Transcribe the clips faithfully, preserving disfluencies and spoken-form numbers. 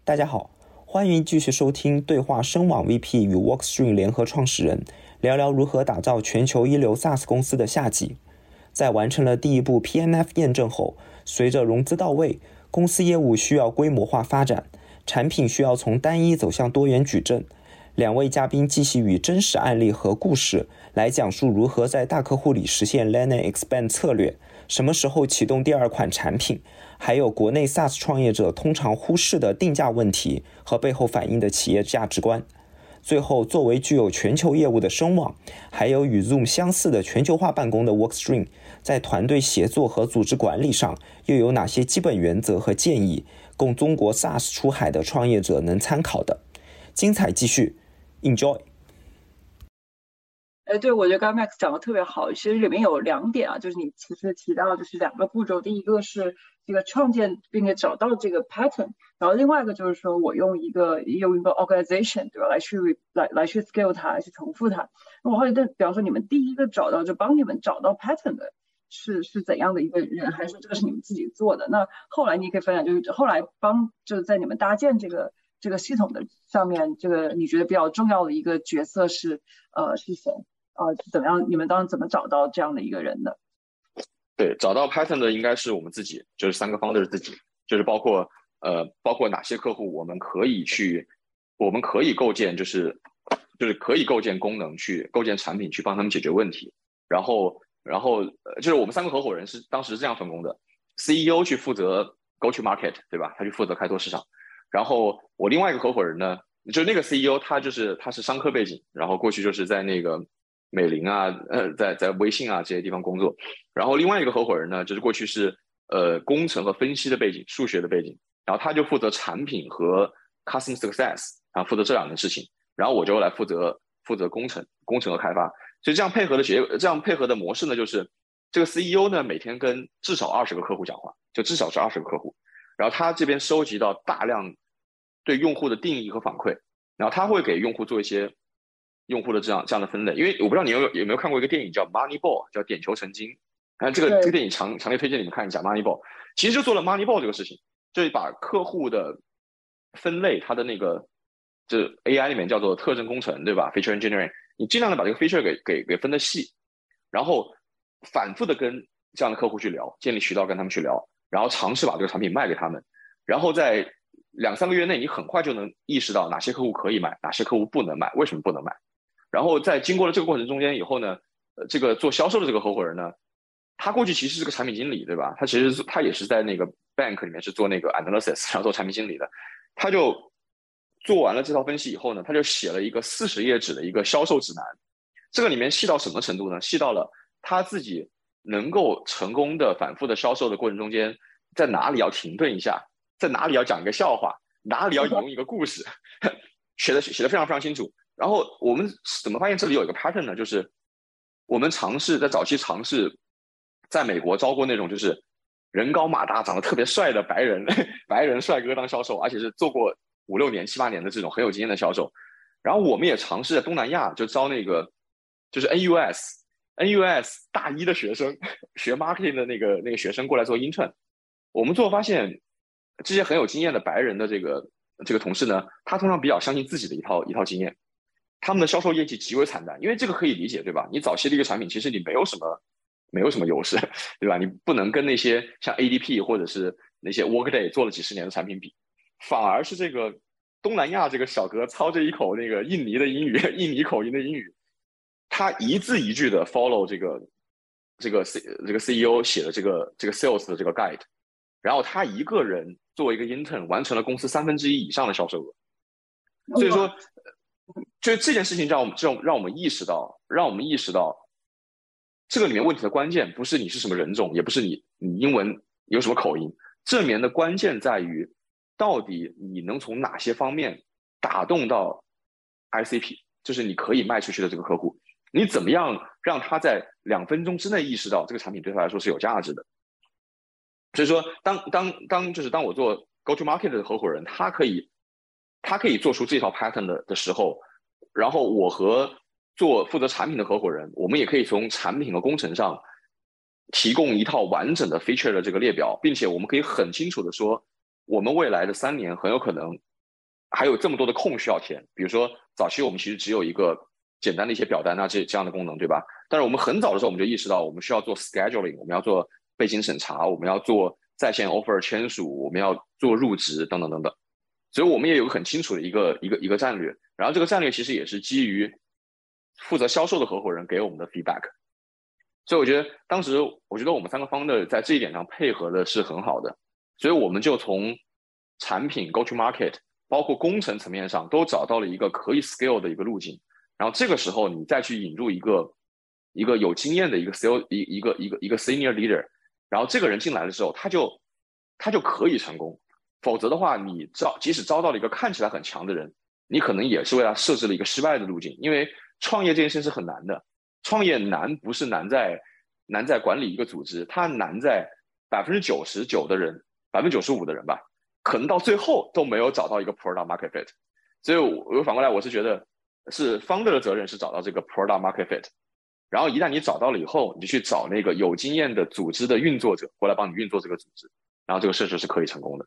大家好，欢迎继续收听对话声网 V P 与 Workstream 联合创始人聊聊如何打造全球一流 SaaS 公司的下集。在完成了第一步 P M F 验证后，随着融资到位，公司业务需要规模化发展，产品需要从单一走向多元矩阵。两位嘉宾继续以真实案例和故事来讲述如何在大客户里实现 Land and Expand 策略，什么时候启动第二款产品，还有国内 SaaS 创业者通常忽视的定价问题和背后反映的企业价值观。最后，作为具有全球业务的声网，还有与 Zoom 相似的全球化办公的 Workstream， 在团队协作和组织管理上又有哪些基本原则和建议，供中国 SaaS 出海的创业者能参考的？精彩继续 ，Enjoy！ 哎，对，我觉得刚刚 Max 讲的特别好。其实里面有两点啊，就是你其实提到就是两个步骤，第一个是这个创建并且找到这个 pattern， 然后另外一个就是说我用一个用一个 organization 对吧，来去来来去 scale 它，来去重复它。那我好奇，比方说你们第一个找到就帮你们找到 pattern 的是是怎样的一个人，还是这个是你们自己做的？那后来你可以分享，就是后来帮就是在你们搭建这个这个系统的上面，这个你觉得比较重要的一个角色是呃是谁？呃，怎么样？你们当时怎么找到这样的一个人的？ 对，找到 pattern 的应该是我们自己，就是三个 founder 自己，就是包括呃，包括哪些客户我们可以去，我们可以构建，就是就是可以构建功能去构建产品去帮他们解决问题。然后，然后呃，就是我们三个合伙人是当时是这样分工的 ：C E O 去负责 go to market， 对吧？他去负责开拓市场。然后我另外一个合伙人呢，就是那个 C E O， 他就是他是商科背景，然后过去就是在那个美林啊，呃，在在微信啊这些地方工作。然后另外一个合伙人呢，就是过去是呃工程和分析的背景，数学的背景，然后他就负责产品和 customer success， 啊，负责这两件事情。然后我就来负责负责工程，工程和开发。所以这样配合的结，这样配合的模式呢，就是这个 C E O 呢每天跟至少二十个客户讲话，就至少是二十个客户。然后他这边收集到大量对用户的定义和反馈，然后他会给用户做一些用户的这样这样的分类。因为我不知道你有有没有看过一个电影叫 Moneyball， 叫点球成金。然后这个这个电影强强烈推荐你们看一下 Moneyball， 其实就做了 Moneyball 这个事情，就是把客户的分类，它的那个这 A I 里面叫做特征工程，对吧 ？Feature Engineering， 你尽量的把这个 feature 给给给分得细，然后反复的跟这样的客户去聊，建立渠道跟他们去聊，然后尝试把这个产品卖给他们，然后在两三个月内，你很快就能意识到哪些客户可以买，哪些客户不能买，为什么不能买。然后在经过了这个过程中间以后呢，呃，这个做销售的这个合伙人呢，他过去其实是个产品经理，对吧？他其实他也是在那个 bank 里面是做那个 analysis， 然后做产品经理的。他就做完了这套分析以后呢，他就写了一个四十页纸的一个销售指南。这个里面细到什么程度呢？细到了他自己能够成功的反复的销售的过程中间，在哪里要停顿一下，在哪里要讲一个笑话，哪里要引用一个故事，写的写的非常非常清楚。然后我们怎么发现这里有一个 pattern 呢？就是我们尝试在早期尝试在美国招过那种就是人高马大、长得特别帅的白人白人帅哥当销售，而且是做过五六年、七八年的这种很有经验的销售。然后我们也尝试在东南亚就招那个就是 N U S N U S 大一的学生，学 marketing 的那个那个学生过来做 intern。我们最后发现，这些很有经验的白人的这个这个同事呢，他通常比较相信自己的一套一套经验。他们的销售业绩极为惨淡，因为这个可以理解，对吧？你早期的一个产品，其实你没有什么，没有什么优势，对吧？你不能跟那些像 A D P 或者是那些 Workday 做了几十年的产品比，反而是这个东南亚这个小哥操着一口那个印尼的英语，印尼口音的英语，他一字一句的 follow 这个这个 C 这个 C E O 写的这个这个 sales 的这个 guide， 然后他一个人作为一个 intern 完成了公司三分之一以上的销售额，所以说。就这件事情让我们让让我们意识到，让我们意识到，这个里面问题的关键不是你是什么人种，也不是你你英文有什么口音，这里面的关键在于，到底你能从哪些方面打动到 I C P， 就是你可以卖出去的这个客户，你怎么样让他在两分钟之内意识到这个产品对他来说是有价值的。所以说，当当当就是当我做 go to market 的合伙人，他可以。他可以做出这套 pattern 的的时候，然后我和做负责产品的合伙人，我们也可以从产品和工程上提供一套完整的 feature 的这个列表，并且我们可以很清楚的说，我们未来的三年很有可能还有这么多的空需要填。比如说早期我们其实只有一个简单的一些表单啊这这样的功能，对吧？但是我们很早的时候我们就意识到我们需要做 scheduling， 我们要做背景审查，我们要做在线 offer 签署，我们要做入职等等等等。所以我们也有个很清楚的一个一个一个战略，然后这个战略其实也是基于负责销售的合伙人给我们的 feedback。所以我觉得当时我觉得我们三个 founder 在这一点上配合的是很好的，所以我们就从产品 go to market 包括工程层面上都找到了一个可以 scale 的一个路径。然后这个时候你再去引入一个一个有经验的一个 sales 一一个一个一个 senior leader， 然后这个人进来的时候他就他就可以成功。否则的话你招即使招到了一个看起来很强的人，你可能也是为他设置了一个失败的路径。因为创业这件事是很难的，创业难不是难在难在管理一个组织，它难在百分之九十九的人百分之九十五的人吧，可能到最后都没有找到一个 product market fit。 所以我反过来我是觉得是 founder 的责任是找到这个 product market fit， 然后一旦你找到了以后，你就去找那个有经验的组织的运作者过来帮你运作这个组织，然后这个事情是可以成功的。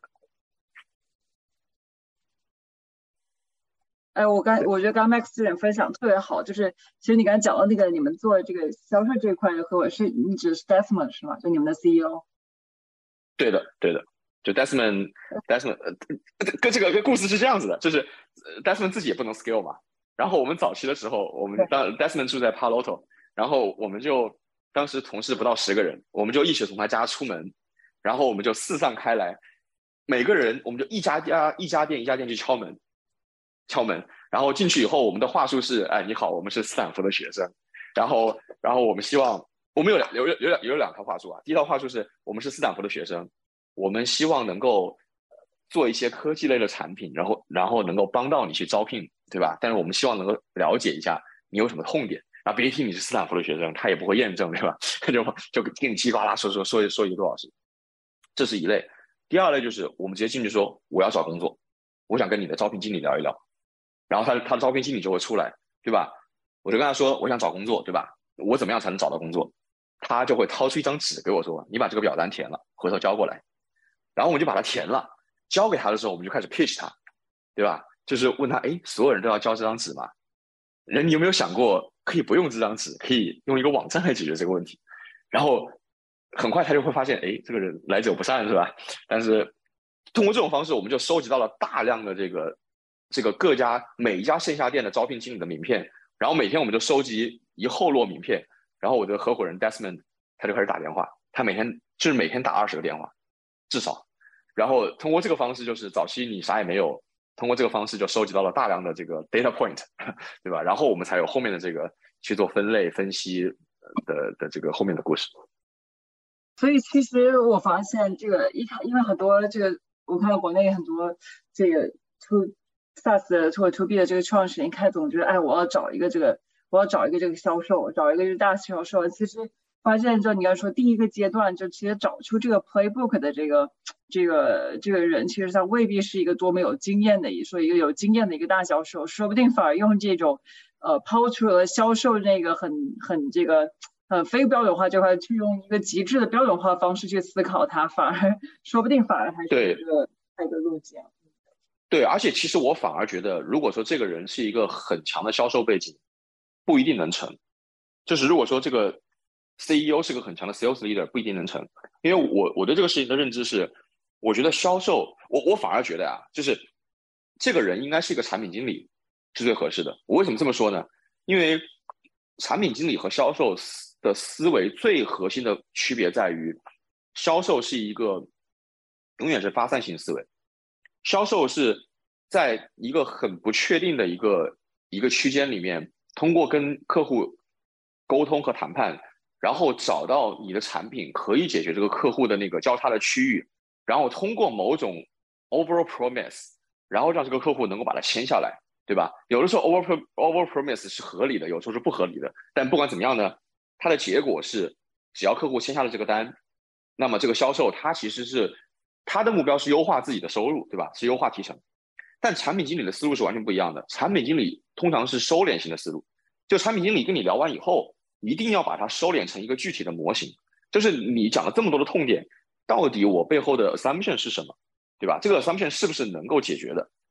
哎，我刚我觉得刚 Max 这点分享特别好，就是其实你刚才讲到那个你们做这个销售这一块的合伙是你指的是 Desmond 是吗？就你们的 C E O？ 对的对的，就 Desmond Desmond 呃跟这个跟故事是这样子的，就是 Desmond 自己也不能 scale 嘛，然后我们早期的时候，我们当 Desmond 住在 Palo Alto， 然后我们就当时同事不到十个人，我们就一起从他家出门，然后我们就四散开来，每个人我们就一家家一家店一家店去敲门敲门，然后进去以后，我们的话术是：哎，你好，我们是斯坦福的学生。然后，然后我们希望，我们有两有有两有两套话术啊。第一套话术是我们是斯坦福的学生，我们希望能够做一些科技类的产品，然后然后能够帮到你去招聘，对吧？但是我们希望能够了解一下你有什么痛点。然后别人听你是斯坦福的学生，他也不会验证，对吧？就就给你叽里呱啦说说说说一个多小时。这是一类。第二类就是我们直接进去说我要找工作，我想跟你的招聘经理聊一聊。然后他他的招聘经理就会出来，对吧？我就跟他说我想找工作，对吧？我怎么样才能找到工作？他就会掏出一张纸给我说，你把这个表单填了，回头交过来。然后我们就把它填了，交给他的时候，我们就开始 pitch 他，对吧？就是问他，哎，所有人都要交这张纸吗？人你有没有想过可以不用这张纸，可以用一个网站来解决这个问题？然后很快他就会发现，哎，这个人来者不善，是吧？但是通过这种方式，我们就收集到了大量的这个这个各家每一家线下店的招聘经理的名片，然后每天我们就收集一厚摞名片，然后我的合伙人 Desmond 他就开始打电话，他每天就是每天打二十个电话至少，然后通过这个方式，就是早期你啥也没有，通过这个方式就收集到了大量的这个 data point， 对吧？然后我们才有后面的这个去做分类分析的的这个后面的故事。 所以其实我发现这个一看，因为很多这个我看到国内很多这个 to SaaS 的或者 to B 的这个创始人一开总觉得，哎，我要找一个这个，我要找一个这个销售，找一个就是大销售。其实发现就你要说第一个阶段，就直接找出这个 playbook 的这个这个这个人，其实他未必是一个多么有经验的，说一个有经验的一个大销售，说不定反而用这种呃抛出了销售那个很很这个。呃，非标准化这块去用一个极致的标准化方式去思考它，反而说不定反而还是一个一个路径。 对，而且其实我反而觉得，如果说这个人是一个很强的销售背景，不一定能成。就是如果说这个 C E O 是个很强的 sales leader， 不一定能成。因为我我对这个事情的认知是，我觉得销售，我我反而觉得啊，就是这个人应该是一个产品经理是最合适的。我为什么这么说呢？因为产品经理和销售的思维最核心的区别在于，销售是一个永远是发散型思维，销售是在一个很不确定的一个一个区间里面，通过跟客户沟通和谈判，然后找到你的产品可以解决这个客户的那个交叉的区域，然后通过某种 overall promise， 然后让这个客户能够把它签下来，对吧？有的时候 over over promise 是合理的，有时候是不合理的，但不管怎么样呢，它的结果是，只要客户签下了这个单，那么这个销售他其实是他的目标是优化自己的收入，对吧？是优化提成。但产品经理的思路是完全不一样的，产品经理通常是收敛型的思路，就产品经理跟你聊完以后，一定要把它收敛成一个具体的模型，就是你讲了这么多的痛点，到底我背后的 assumption 是什么，对吧？这个 assumption 是不是能够解决的？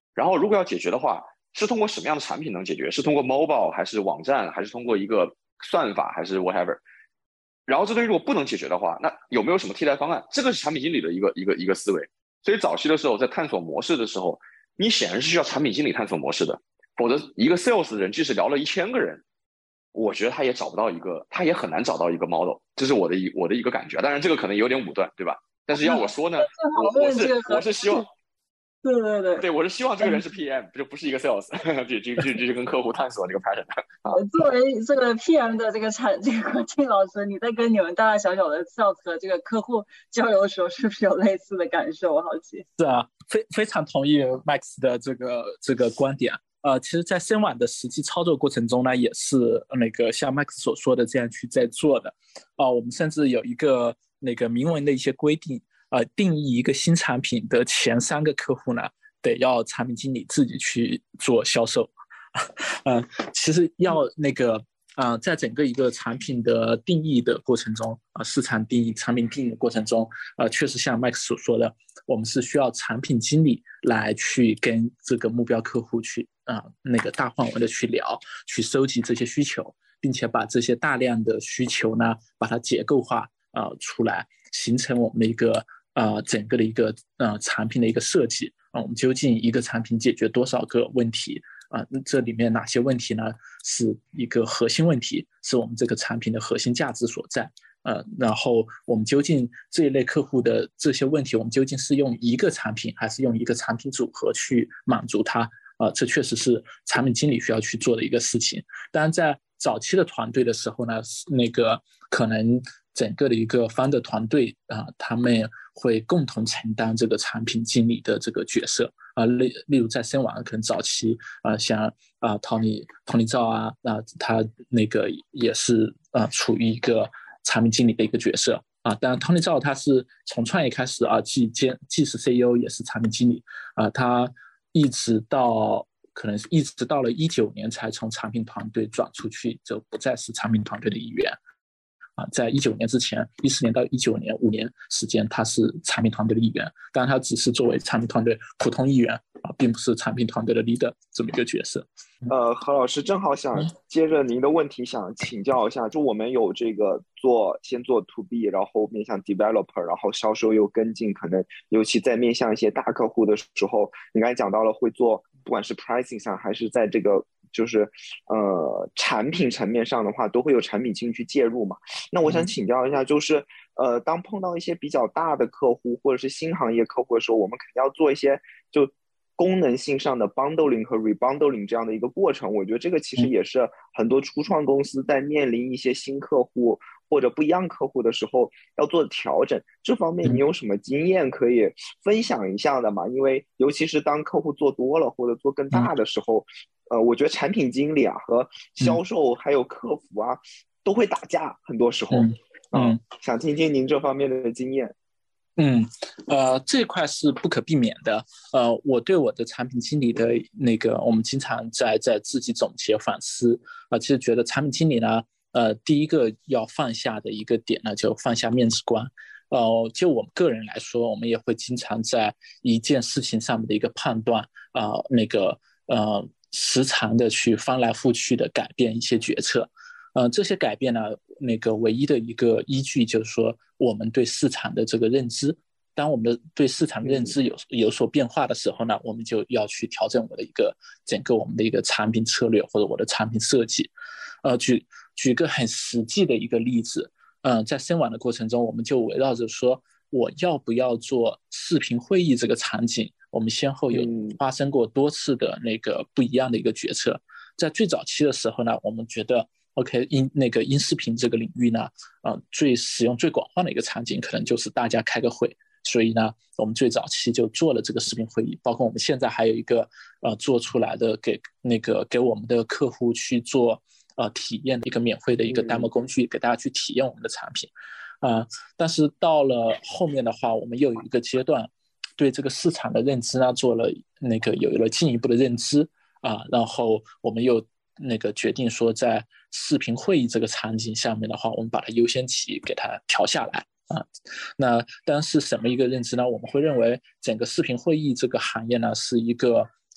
然后如果要解决的话，是通过什么样的产品能解决？是通过 mobile 还是网站，还是通过一个算法，还是 whatever？ 然后这东西如果不能解决的话，那有没有什么替代方案？这个是产品经理的一个一个一个思维。所以早期的时候，在探索模式的时候，你显然是需要产品经理探索模式的，否则一个 sales 的人即使聊了一千个人，我觉得他也找不到一个，他也很难找到一个 model。这是我的一我的一个感觉。当然，这个可能有点武断，对吧？但是要我说呢，我我是我是希望。 对对对， 对，我是希望这个人是 P M， 就不是一个 sales， 就就就就跟客户探索这个 pattern 啊。 作为这个 P M 的这个产这个金老师，你在跟你们大大小小的 sales 和这个客户交流的时候，是不是有类似的感受？我好奇。 是啊，非非常同意 Max 的这个这个观点。呃，其实，在深网的实际操作过程中呢，也是那个像 Max 所说的这样去在做的。啊、呃，我们甚至有一个那个明文的一些规定。呃，定义一个新产品的前三个客户呢，得要产品经理自己去做销售。呃，其实要那个呃，在整个一个产品的定义的过程中，啊、呃，市场定义、产品定义的过程中，呃，确实像 Max 所说的，我们是需要产品经理来去跟这个目标客户去啊、呃、那个大范围的去聊，去收集这些需求，并且把这些大量的需求呢，把它结构化啊、呃、出来，形成我们的一个。呃，整个的一个呃产品的一个设计啊、呃，我们究竟一个产品解决多少个问题啊、呃？这里面哪些问题呢？是一个核心问题，是我们这个产品的核心价值所在。呃，然后我们究竟这一类客户的这些问题，我们究竟是用一个产品，还是用一个产品组合去满足它？啊、呃，这确实是产品经理需要去做的一个事情。当然，在早期的团队的时候呢，那个可能整个的一个 founder 团队啊、呃，他们会共同承担这个产品经理的这个角色啊、呃。例例如在深网，可能早期啊、呃，像啊 Tony Tony 赵啊，啊、呃、他那个也是啊、呃、处于一个产品经理的一个角色啊。当然 Tony 赵他是从创业开始啊，既兼既是 C E O 也是产品经理啊，他一直到。可能一直到了一九年才从产品团队转出去，就不再是产品团队的一员。啊，在一九年之前，一四年到一九年五年时间，他是产品团队的一员，但他只是作为产品团队普通一员啊，并不是产品团队的 leader 这么一个角色。 呃，何老师正好想接着您的问题想请教一下，就我们有这个做先做 to B， 然后面向 developer， 然后销售又跟进，可能尤其在面向一些大客户的时候，你刚才讲到了会做，不管是 pricing 上还是在这个就是呃产品层面上的话，都会有产品经理去介入嘛。那我想请教一下，就是呃当碰到一些比较大的客户或者是新行业客户的时候，我们肯定要做一些就功能性上的 bundling 和 rebundling 这样的一个过程。我觉得这个其实也是很多初创公司在面临一些新客户或者不一样客户的时候要做的调整。这方面你有什么经验可以分享一下的吗？因为尤其是当客户做多了或者做更大的时候，呃，我觉得产品经理啊和销售还有客服啊都会打架，很多时候。嗯，嗯想听听您这方面的经验。 嗯，呃，这块是不可避免的。呃，我对我的产品经理的那个，我们经常在在自己总结反思啊、呃，其实觉得产品经理呢，呃，第一个要放下的一个点呢，就放下面子观。呃，就我们个人来说，我们也会经常在一件事情上面的一个判断啊、呃，那个呃，时常的去翻来覆去的改变一些决策。呃，这些改变呢，那个唯一的一个依据就是说，我们对市场的这个认知。当我们的对市场认知有有所变化的时候呢，我们就要去调整我的一个整个我们的一个产品策略或者我的产品设计。呃，举举个很实际的一个例子，嗯、呃，在深网的过程中，我们就围绕着说，我要不要做视频会议这个场景，我们先后有发生过多次的那个不一样的一个决策。在最早期的时候呢，我们觉得。OK， 音那个音视频这个领域呢，呃，最使用最广泛的一个场景，可能就是大家开个会。所以呢，我们最早期就做了这个视频会议，包括我们现在还有一个呃做出来的给那个给我们的客户去做呃体验的一个免费的一个 demo 工具，给大家去体验我们的产品。啊、呃，但是到了后面的话，我们又有一个阶段，对这个市场的认知呢，做了那个有了进一步的认知啊、呃，然后我们又。那个决定说，在视频会议这个场景下面的话，我们把它优先级给它调下来啊。那当然是什么一个认知呢？我们会认为整个视频会议这个行业呢，是一个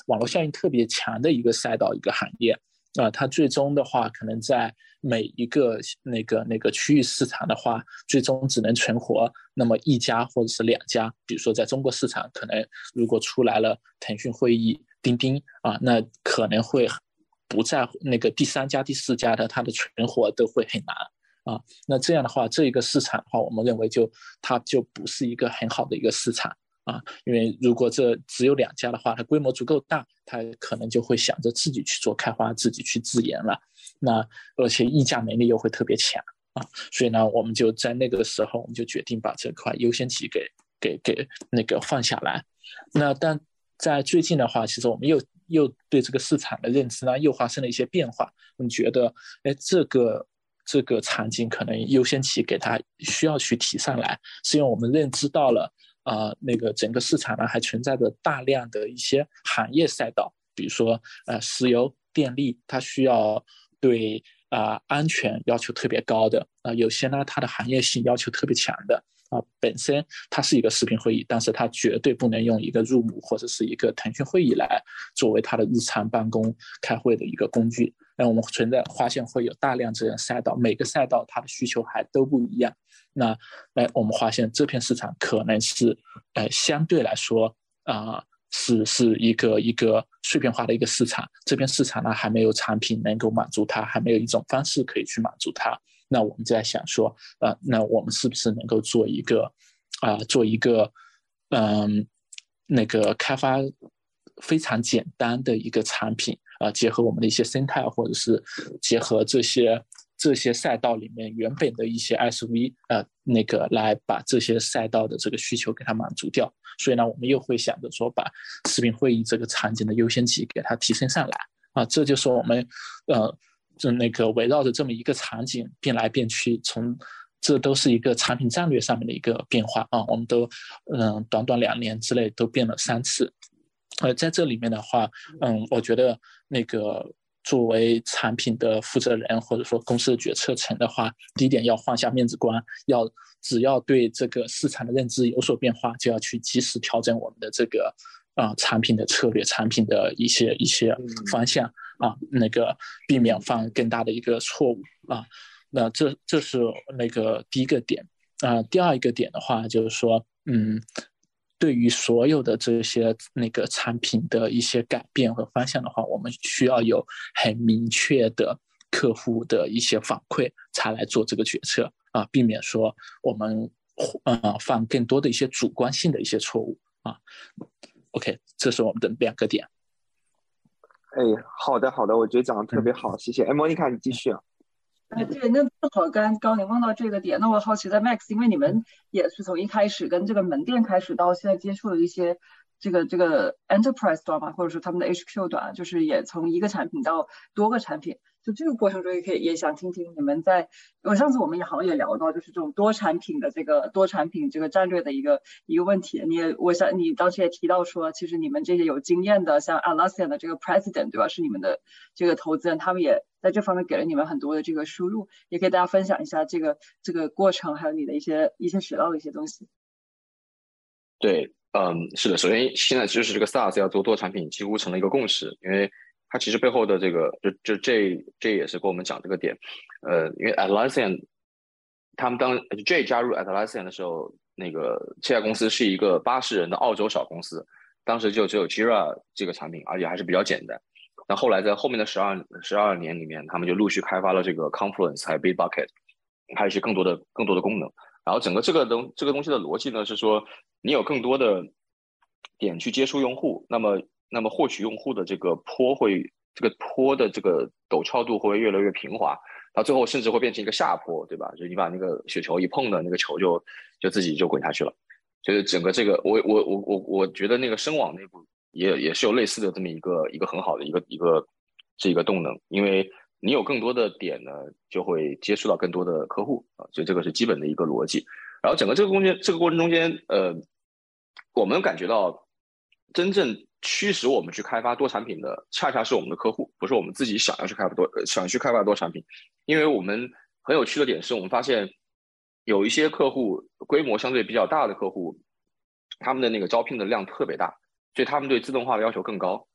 网络效应特别强的一个赛道一个行业啊、呃，它最终的话可能在每一个那个那个区域市场的话，最终只能存活那么一家或者是两家。比如说在中国市场，可能如果出来了腾讯会议、钉钉啊，那可能会不在那个第三家、第四家的它的存活都会很难。啊，那这样的话，这一个市场的话，我们认为就它就不是一个很好的一个市场啊，因为如果这只有两家的话，它规模足够大，它可能就会想着自己去做开发，自己去自研了。那而且议价能力又会特别强啊，所以呢，我们就在那个时候，我们就决定把这块优先级给给给那个放下来。那但在最近的话，其实我们又又对这个市场的认知呢，又发生了一些变化。我们觉得，哎，这个。这个场景可能优先级给它需要去提上来，是因为我们认知到了，呃，那个整个市场呢还存在着大量的一些行业赛道，比如说呃石油、电力，它需要对啊、呃、安全要求特别高的啊、呃，有些呢它的行业性要求特别强的啊、呃，本身它是一个视频会议，但是它绝对不能用一个 Zoom 或者是一个腾讯会议来作为它的日常办公开会的一个工具。那我们存在发现会有大量这样赛道，每个赛道它的需求还都不一样。那哎，我们发现这片市场可能是呃相对来说啊、呃、是是一个一个碎片化的一个市场。这片市场呢还没有产品能够满足它，还没有一种方式可以去满足它。那我们在想说，呃，那我们是不是能够做一个啊、呃、做一个嗯、呃、那个开发非常简单的一个产品啊、呃，结合我们的一些生态，或者是结合这些这些赛道里面原本的一些 S V 呃那个来把这些赛道的这个需求给它满足掉。所以呢，我们又会想着说把视频会议这个场景的优先级给它提升上来啊，这就是我们呃就那个围绕着这么一个场景变来变去，从这都是一个产品战略上面的一个变化啊，我们都嗯、呃、短短两年之内都变了三次。呃，在这里面的话，嗯，我觉得那个作为产品的负责人或者说公司的决策层的话，第一点要放下面子观，要只要对这个市场的认知有所变化，就要去及时调整我们的这个啊、呃、产品的策略、产品的一些一些方向啊，那个避免犯更大的一个错误啊。那这这是那个第一个点啊、呃，第二一个点的话就是说，嗯。对于所有的这些那个产品的一些改变和方向的话，我们需要有很明确的客户的一些反馈，才来做这个决策啊，避免说我们呃犯更多的一些主观性的一些错误啊。OK， 这是我们的两个点。 哎，好的好的，我觉得讲的特别好，嗯、谢谢。哎，莫妮卡，你继续啊。 哎，对，那正好刚刚您问到这个点，那我好奇在 Max， 因为你们也是从一开始跟这个门店开始到现在接触了一些这个这个 enterprise 端嘛，或者说他们的 H Q 端，就是也从一个产品到多个产品，就这个过程中也可以也想听听你们在，我上次我们也好像也聊到就是这种多产品的这个多产品这个战略的一个一个问题，你也我想你当时也提到说，其实你们这些有经验的像 Atlassian 的这个 president 对吧，是你们的这个投资人，他们也在这方面给了你们很多的这个输入，也可以大家分享一下这个这个过程，还有你的一些一些学到的一些东西。 对，嗯，是的，首先现在就是这个 SaaS 要做多产品几乎成了一个共识，因为它其实背后的这个就就这这也是跟我们讲这个点，呃，因为 Atlassian 他们当 J 加入 Atlassian 的时候，那个这家公司是一个八十人的澳洲小公司，当时就只有 Jira 这个产品，而且还是比较简单。那后来在后面的十二十二年里面，他们就陆续开发了这个 Confluence 还有 Bitbucket， 还有一些更多的更多的功能。然后整个这个东这个东西的逻辑呢是说，你有更多的点去接触用户，那么那么获取用户的这个坡会这个坡的这个陡峭度会越来越平滑，到最后甚至会变成一个下坡，对吧？就你把那个雪球一碰的那个球就就自己就滚下去了。所以整个这个我我我我我觉得那个声网内部也也是有类似的这么一个一个很好的一个一个这个动能，因为你有更多的点呢，就会接触到更多的客户啊，所以这个是基本的一个逻辑。然后整个这个中间这个过程中间，呃，我们感觉到真正驱使我们去开发多产品的，恰恰是我们的客户，不是我们自己想要去开发多想去开发多产品。因为我们很有趣的点是我们发现有一些客户规模相对比较大的客户，他们的那个招聘的量特别大，所以他们对自动化的要求更高。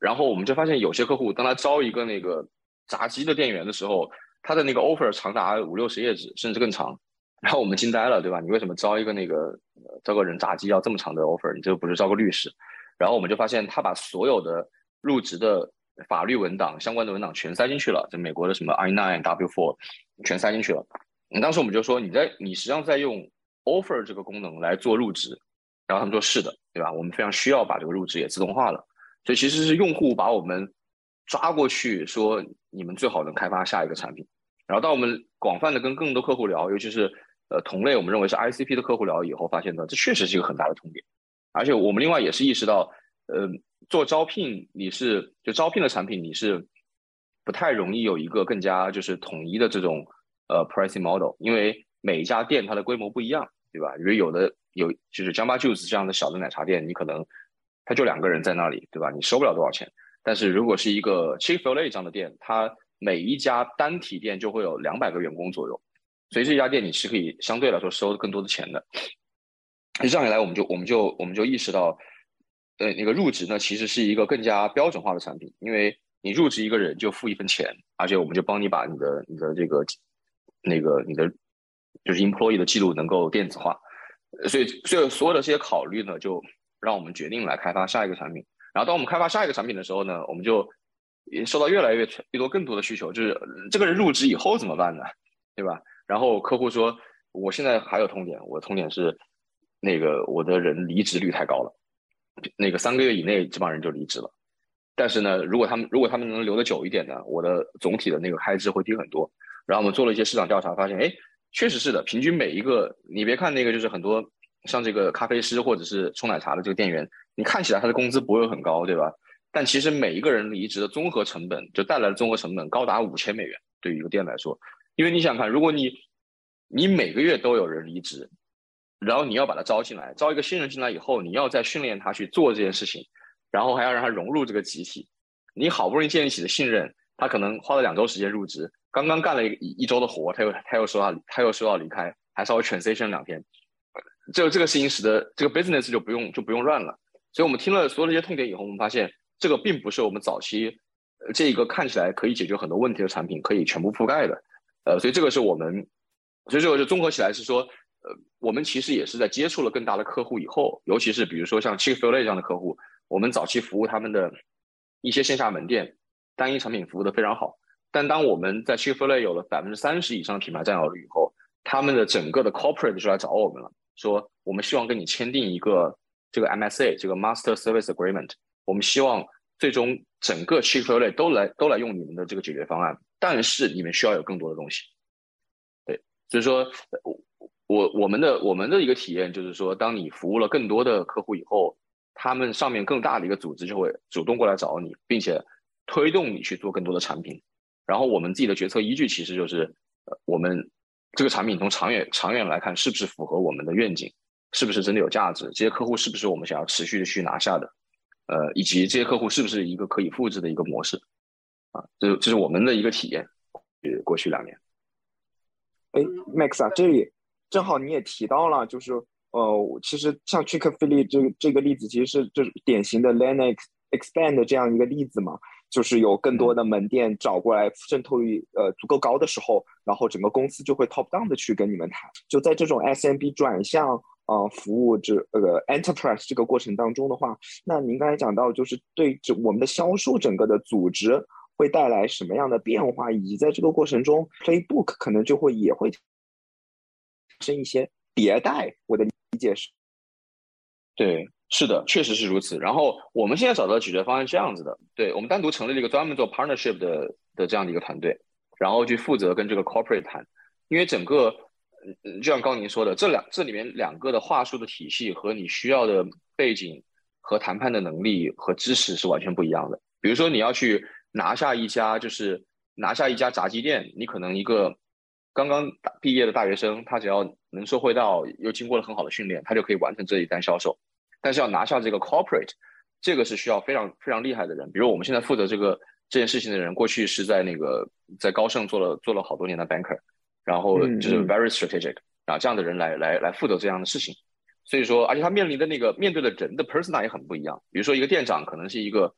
然后我们就发现有些客户当他招一个那个炸鸡的店员的时候，他的那个 offer 长达五六十页纸，甚至更长。然后我们惊呆了，对吧？你为什么招一个那个招个人炸鸡要这么长的 offer？ 你这不是招个律师？然后我们就发现他把所有的入职的法律文档相关的文档全塞进去了，就美国的什么 I 九 W 四 全塞进去了。当时我们就说你在你实际上在用 offer 这个功能来做入职，然后他们说是的，对吧？我们非常需要把这个入职也自动化了。所以其实是用户把我们抓过去说你们最好能开发下一个产品。然后当我们广泛的跟更多客户聊，尤其是呃同类我们认为是 I C P 的客户聊以后，发现呢这确实是一个很大的痛点。而且我们另外也是意识到，呃，做招聘你是就招聘的产品你是不太容易有一个更加就是统一的这种呃 pricing model， 因为每一家店它的规模不一样，对吧？比如有的有就是 Jamba Juice 这样的小的奶茶店，你可能它就两个人在那里，对吧？你收不了多少钱。但是如果是一个 Chick-fil-A 这样的店，它每一家单体店就会有两百个员工左右，所以这家店你是可以相对来说收更多的钱的。这样一来，我们就我们就我们就意识到，呃，那个入职呢其实是一个更加标准化的产品，因为你入职一个人就付一份钱，而且我们就帮你把你的你的这个那个你的就是 employee 的记录能够电子化，所以所以所有的这些考虑呢，就让我们决定来开发下一个产品。然后当我们开发下一个产品的时候呢，我们就也收到越来越越多更多的需求，就是这个人入职以后怎么办呢？对吧？然后客户说，我现在还有痛点，我的痛点是那个我的人离职率太高了，那个三个月以内这帮人就离职了。但是呢，如果他们如果他们能留得久一点呢，我的总体的那个开支会低很多。然后我们做了一些市场调查，发现，哎，确实是的，平均每一个，你别看那个就是很多像这个咖啡师或者是冲奶茶的这个店员，你看起来他的工资不会很高，对吧？但其实每一个人离职的综合成本，就带来的综合成本高达五千美元，对于一个店来说。因为你想看，如果你你每个月都有人离职，然后你要把他招进来，招一个新人进来以后，你要再训练他去做这件事情，然后还要让他融入这个集体。你好不容易建立起的信任，他可能花了两周时间入职，刚刚干了一一周的活，他又他又说要他又说要离开，还稍微 transition 两天，这这个事情使得这个 business 就不用就不用乱了。所以我们听了所有这些痛点以后，我们发现这个并不是我们早期呃这个看起来可以解决很多问题的产品可以全部覆盖的。呃，所以这个是我们，所以这个就综合起来是说，呃，我们其实也是在接触了更大的客户以后，尤其是比如说像 Chick-fil-A 这样的客户，我们早期服务他们的一些线下门店，单一产品服务的非常好。但当我们在 Chick-fil-A 有了百分之三十以上的品牌占有率以后，他们的整个的 corporate 就来找我们了，说我们希望跟你签订一个这个 M S A 这个 Master Service Agreement， 我们希望最终整个 Chick-fil-A 都来都来用你们的这个解决方案，但是你们需要有更多的东西。对，所以说我我们的我们的一个体验就是说，当你服务了更多的客户以后，他们上面更大的一个组织就会主动过来找你，并且推动你去做更多的产品。然后我们自己的决策依据其实就是，呃，我们这个产品从长远长远来看是不是符合我们的愿景，是不是真的有价值，这些客户是不是我们想要持续的去拿下的，呃，以及这些客户是不是一个可以复制的一个模式，啊，这这是我们的一个体验。过去两年， 哎 ，Max 啊，这里正好你也提到了，就是呃，其实像 Chick-fil-A 这个这个例子，其实是这典型的 land expand 的这样一个例子嘛。就是有更多的门店找过来，渗透率呃足够高的时候，然后整个公司就会 top down 的去跟你们谈。就在这种 S M B 转向呃服务这呃 enterprise 这个过程当中的话，那您刚才讲到，就是对这我们的销售整个的组织会带来什么样的变化，以及在这个过程中 playbook 可能就会也会产生一些迭代。我的理解是， 对。是的，确实是如此。然后我们现在找到的解决方案是这样子的，对，我们单独成立了一个专门做 partnership 的的这样的一个团队，然后去负责跟这个 corporate 谈。因为整个，就像刚刚您说的，这两这里面两个的话术的体系和你需要的背景和谈判的能力和知识是完全不一样的。比如说你要去拿下一家就是拿下一家炸鸡店，你可能一个刚刚毕业的大学生，他只要能说会道，又经过了很好的训练，他就可以完成这一单销售。但是要拿下这个 corporate， 这个是需要非常非常厉害的人。比如我们现在负责这个这件事情的人，过去是在那个在高盛做了做了好多年的 banker， 然后就是 very strategic，然后这样的人来来来负责这样的事情。所以说，而且他面临的那个面对的人的 persona 也很不一样。比如说一个店长可能是一个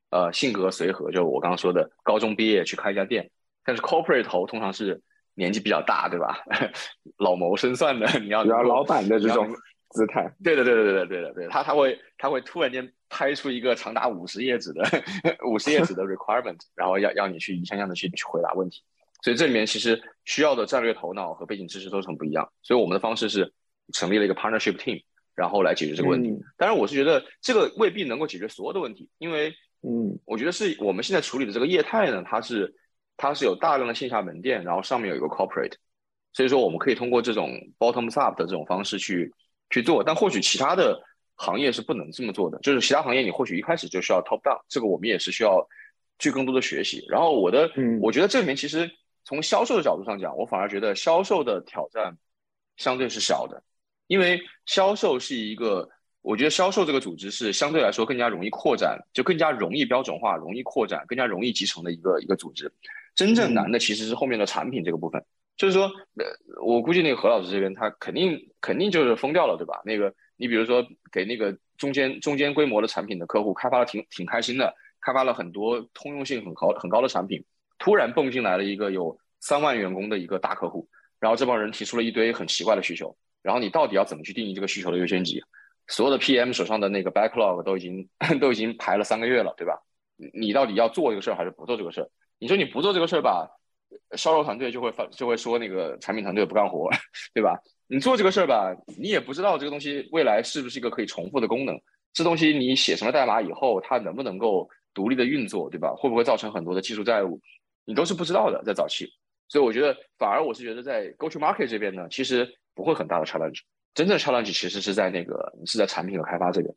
呃性格随和，就我刚刚说的高中毕业去开一家店，但是 corporate 头通常是年纪比较大，对吧？老谋深算的，你要比较老板的这种姿态。 对的，对的，对的，对的，对的，他他会他会突然间拍出一个长达五十页纸的五十页纸的 requirement， 然后要要你去一项项的去去回答问题。所以这里面其实需要的战略头脑和背景知识都是很不一样。所以我们的方式是成立了一个 partnership team， 然后来解决这个问题。嗯、当然，我是觉得这个未必能够解决所有的问题，因为嗯，我觉得是我们现在处理的这个业态呢，它是它是有大量的线下门店，然后上面有一个 corporate， 所以说我们可以通过这种 bottoms up 的这种方式去去做。但或许其他的行业是不能这么做的，就是其他行业你或许一开始就需要 top down， 这个我们也是需要去更多的学习。然后我的，嗯，我觉得这里面其实从销售的角度上讲，我反而觉得销售的挑战相对是小的，因为销售是一个，我觉得销售这个组织是相对来说更加容易扩展，就更加容易标准化、容易扩展、更加容易集成的一个一个组织。真正难的其实是后面的产品这个部分，嗯、就是说，呃，我估计那个何老师这边他肯定肯定就是疯掉了，对吧？那个你比如说给那个中间中间规模的产品的客户开发的挺挺开心的，开发了很多通用性很高很高的产品，突然蹦进来了一个有三万员工的一个大客户，然后这帮人提出了一堆很奇怪的需求，然后你到底要怎么去定义这个需求的优先级？所有的 P M 手上的那个 backlog 都已经都已经排了三个月了，对吧？你到底要做这个事儿还是不做这个事儿？你说你不做这个事儿吧，销售团队就会就会说那个产品团队不干活，对吧？你做这个事儿吧，你也不知道这个东西未来是不是一个可以重复的功能，这东西你写什么代码以后，它能不能够独立的运作，对吧？会不会造成很多的技术债务，你都是不知道的，在早期。所以我觉得，反而我是觉得在 go to market 这边呢，其实不会很大的 challenge， 真正的 challenge 其实是在那个是在产品和开发这边。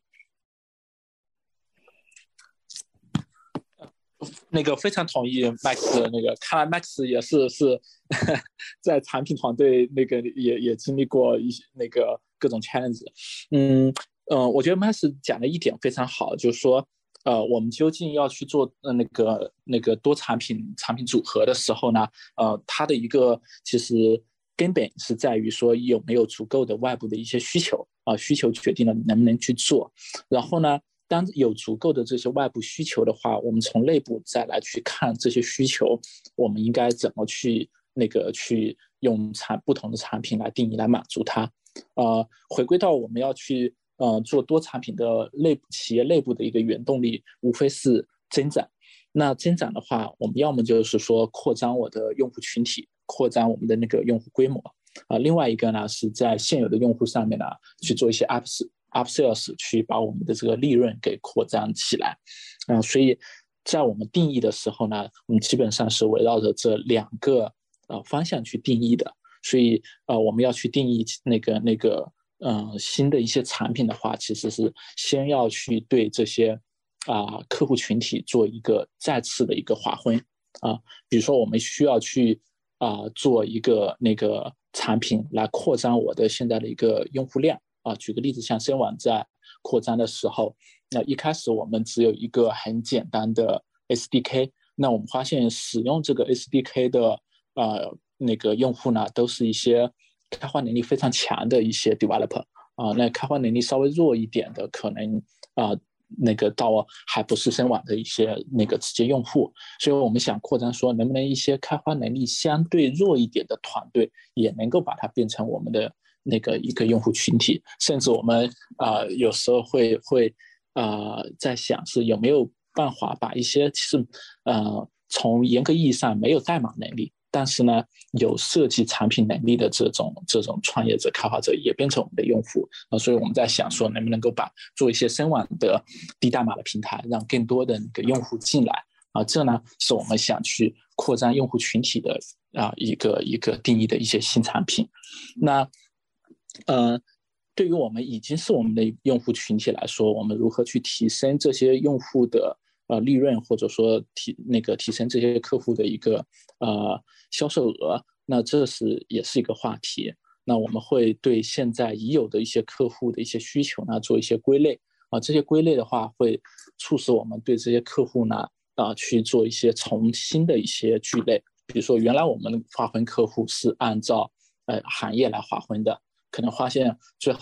那个非常同意 Max 的那个，看来 Max 也是是在产品团队那个也也经历过一些那个各种 challenge。嗯呃，我觉得 Max 讲的一点非常好，就是说，呃，我们究竟要去做呃那个那个多产品产品组合的时候呢，呃，它的一个其实根本是在于说有没有足够的外部的一些需求啊、呃，需求决定了你能不能去做，然后呢。当有足够的这些外部需求的话，我们从内部再来去看这些需求，我们应该怎么去那个去用产不同的产品来定义来满足它。呃，回归到我们要去呃做多产品的内部企业内部的一个原动力，无非是增长。那增长的话，我们要么就是说扩张我的用户群体，扩张我们的那个用户规模啊、呃，另外一个呢是在现有的用户上面呢去做一些 ups。upsales 去把我们的这个利润给扩张起来，啊、呃，所以在我们定义的时候呢，我们基本上是围绕着这两个呃方向去定义的。所以呃，我们要去定义那个那个呃新的一些产品的话，其实是先要去对这些啊、呃、客户群体做一个再次的一个划分啊、呃，比如说我们需要去啊、呃、做一个那个产品来扩张我的现在的一个用户量。啊，举个例子，像深网在扩张的时候，那一开始我们只有一个很简单的 S D K， 那我们发现使用这个 S D K 的呃那个用户呢，都是一些开发能力非常强的一些 developer 啊、呃，那开发能力稍微弱一点的，可能啊、呃、那个到还不是深网的一些那个直接用户，所以我们想扩张说，能不能一些开发能力相对弱一点的团队，也能够把它变成我们的。那个一个用户群体，甚至我们啊、呃、有时候会会啊、呃、在想是有没有办法把一些其实呃从严格意义上没有代码能力，但是呢有设计产品能力的这种这种创业者开发者也变成我们的用户啊、呃，所以我们在想说能不能够把做一些深网的低代码的平台，让更多的那个用户进来啊、呃，这呢是我们想去扩张用户群体的啊、呃、一个一个定义的一些新产品，那。呃，对于我们已经是我们的用户群体来说，我们如何去提升这些用户的呃利润，或者说提那个提升这些客户的一个呃销售额，那这是也是一个话题。那我们会对现在已有的一些客户的一些需求呢做一些归类啊、呃，这些归类的话会促使我们对这些客户呢啊、呃、去做一些重新的一些聚类。比如说原来我们划分客户是按照呃行业来划分的。可能发现最后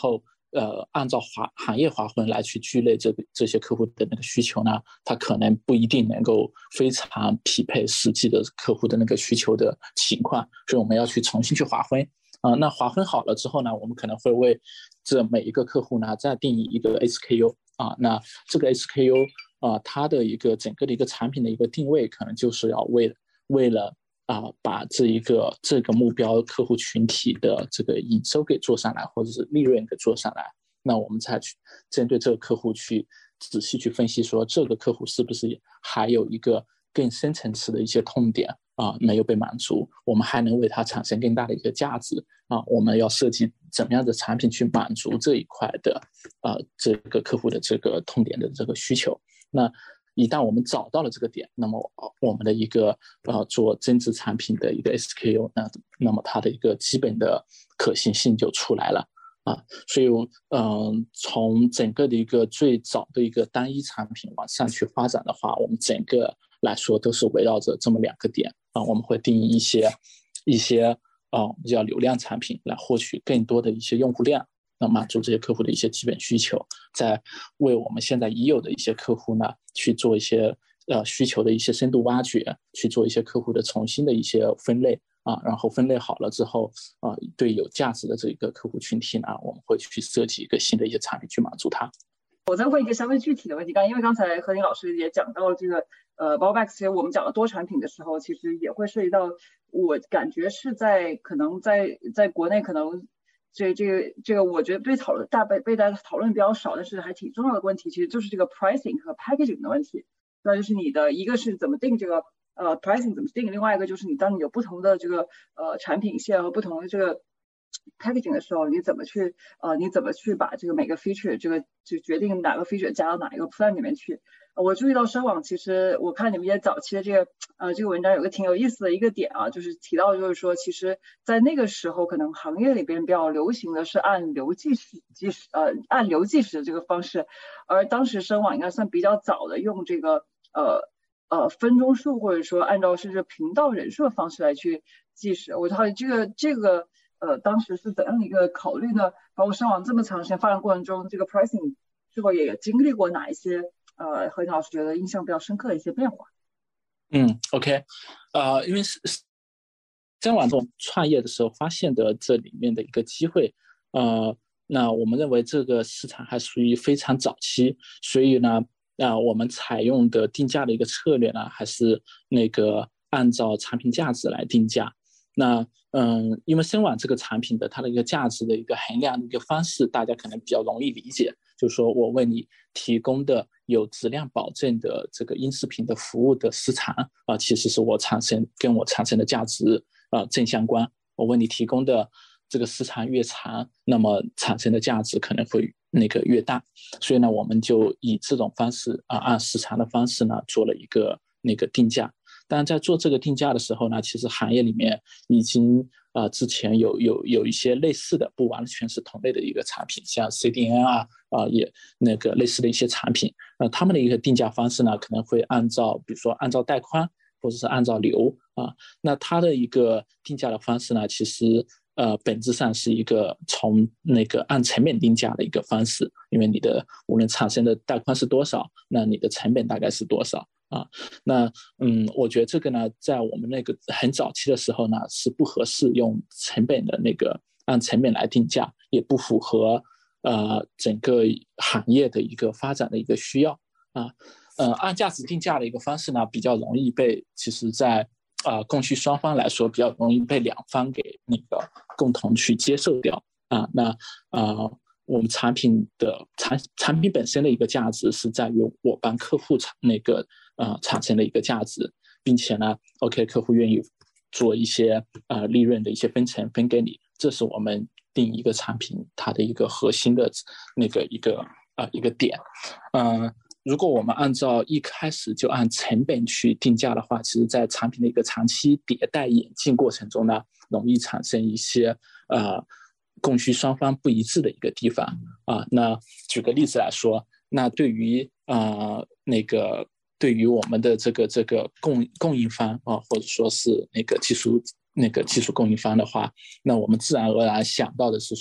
呃按照划行业划分来去聚类这个这些客户的那个需求呢，它可能不一定能够非常匹配实际的客户的那个需求的情况，所以我们要去重新去划分啊、呃。那划分好了之后呢，我们可能会为这每一个客户呢再定义一个 S K U 啊，那这个 S K U 啊、呃，它的一个整个的一个产品的一个定位，可能就是要为为了啊、呃，把这一个这个目标客户群体的这个营收给做上来，或者是利润给做上来，那我们才去针对这个客户去仔细去分析，说这个客户是不是还有一个更深层次的一些痛点啊、呃、没有被满足，我们还能为它产生更大的一个价值啊、呃，我们要设计怎么样的产品去满足这一块的啊、呃、这个客户的这个痛点的这个需求。那一旦我们找到了这个点，那么我们的一个呃做增值产品的一个 S K U， 那那么它的一个基本的可行性就出来了啊。所以嗯、呃，从整个的一个最早的一个单一产品往上去发展的话，我们整个来说都是围绕着这么两个点啊，我们会定义一些一些啊叫流量产品来获取更多的一些用户量。那满足这些客户的一些基本需求，在为我们现在已有的一些客户呢去做一些呃需求的一些深度挖掘，去做一些客户的重新的一些分类啊，然后分类好了之后啊，对有价值的这个客户群体呢，我们会去设计一个新的一些产品去满足它。 我再问一个相对具体的问题，刚因为刚才何宁老师也讲到这个呃 Bowbax， 其实我们讲到多产品的时候，其实也会涉及到，我感觉是在可能在在国内可能。这这个这个，我觉得被讨论大被被大家讨论比较少，但是还挺重要的问题，其实就是这个 pricing 和 packaging 的问题。那就是你的一个是怎么定这个呃 pricing 怎么定，另外一个就是你当你有不同的这个呃产品线和不同的这个 packaging 的时候，你怎么去呃你怎么去把这个每个 feature 这个就决定哪个 feature 加到哪一个 plan 里面去。我注意到深网，其实我看你们也早期的这个呃这个文章有个挺有意思的一个点啊，就是提到就是说，其实在那个时候可能行业里边比较流行的是按流计时计时呃按流计时的这个方式，而当时深网应该算比较早的用这个呃呃分钟数或者说按照甚至频道人数的方式来去计时。我好奇这个这个呃当时是怎样的一个考虑呢？包括深网这么长时间发展过程中，这个 pricing 是否也经历过哪一些？呃，何宁老师觉得印象比较深刻的一些变化。 嗯 ，OK， 呃，因为是深网创业的时候发现的这里面的一个机会，呃，那我们认为这个市场还属于非常早期，所以呢，呃，我们采用的定价的一个策略呢，还是那个按照产品价值来定价。那嗯，因为深网这个产品的它的一个价值的一个衡量的一个方式，大家可能比较容易理解，就是说我为你提供的有质量保证的这个音视频的服务的时长啊、呃，其实是我产生跟我产生的价值啊、呃、正相关。我为你提供的这个时长越长，那么产生的价值可能会那个越大。所以呢，我们就以这种方式啊、呃，按时长的方式呢，做了一个那个定价。当然，在做这个定价的时候呢，其实行业里面已经呃之前有有有一些类似的，不完全是同类的一个产品，像 C D N 啊啊、呃、也那个类似的一些产品，那他们的一个定价方式呢，可能会按照比如说按照带宽或者是按照流啊，那它的一个定价的方式呢，其实呃本质上是一个从那个按成本定价的一个方式，因为你的无论产生的带宽是多少，那你的成本大概是多少。啊，那嗯，我觉得这个呢，在我们那个很早期的时候呢，是不合适用成本的那个按成本来定价，也不符合呃整个行业的一个发展的一个需要啊。呃，按价值定价的一个方式呢，比较容易被其实在啊、呃、供需双方来说比较容易被两方给那个共同去接受掉啊。那啊。呃我们产品的产产品本身的一个价值是在于我帮客户产那个呃产生的一个价值，并且呢 ，OK 客户愿意做一些呃利润的一些分成分给你，这是我们定一个产品它的一个核心的那个一个呃一个点。呃，如果我们按照一开始就按成本去定价的话，其实在产品的一个长期迭代演进过程中呢，容易产生一些呃。供需双方不一致的一个地方啊，那举个例子来说，那对于啊、呃、那个对于我们的这个这个供供应方啊，或者说是那个技术那个技术供应方的话，那我们自然而然想到的是说，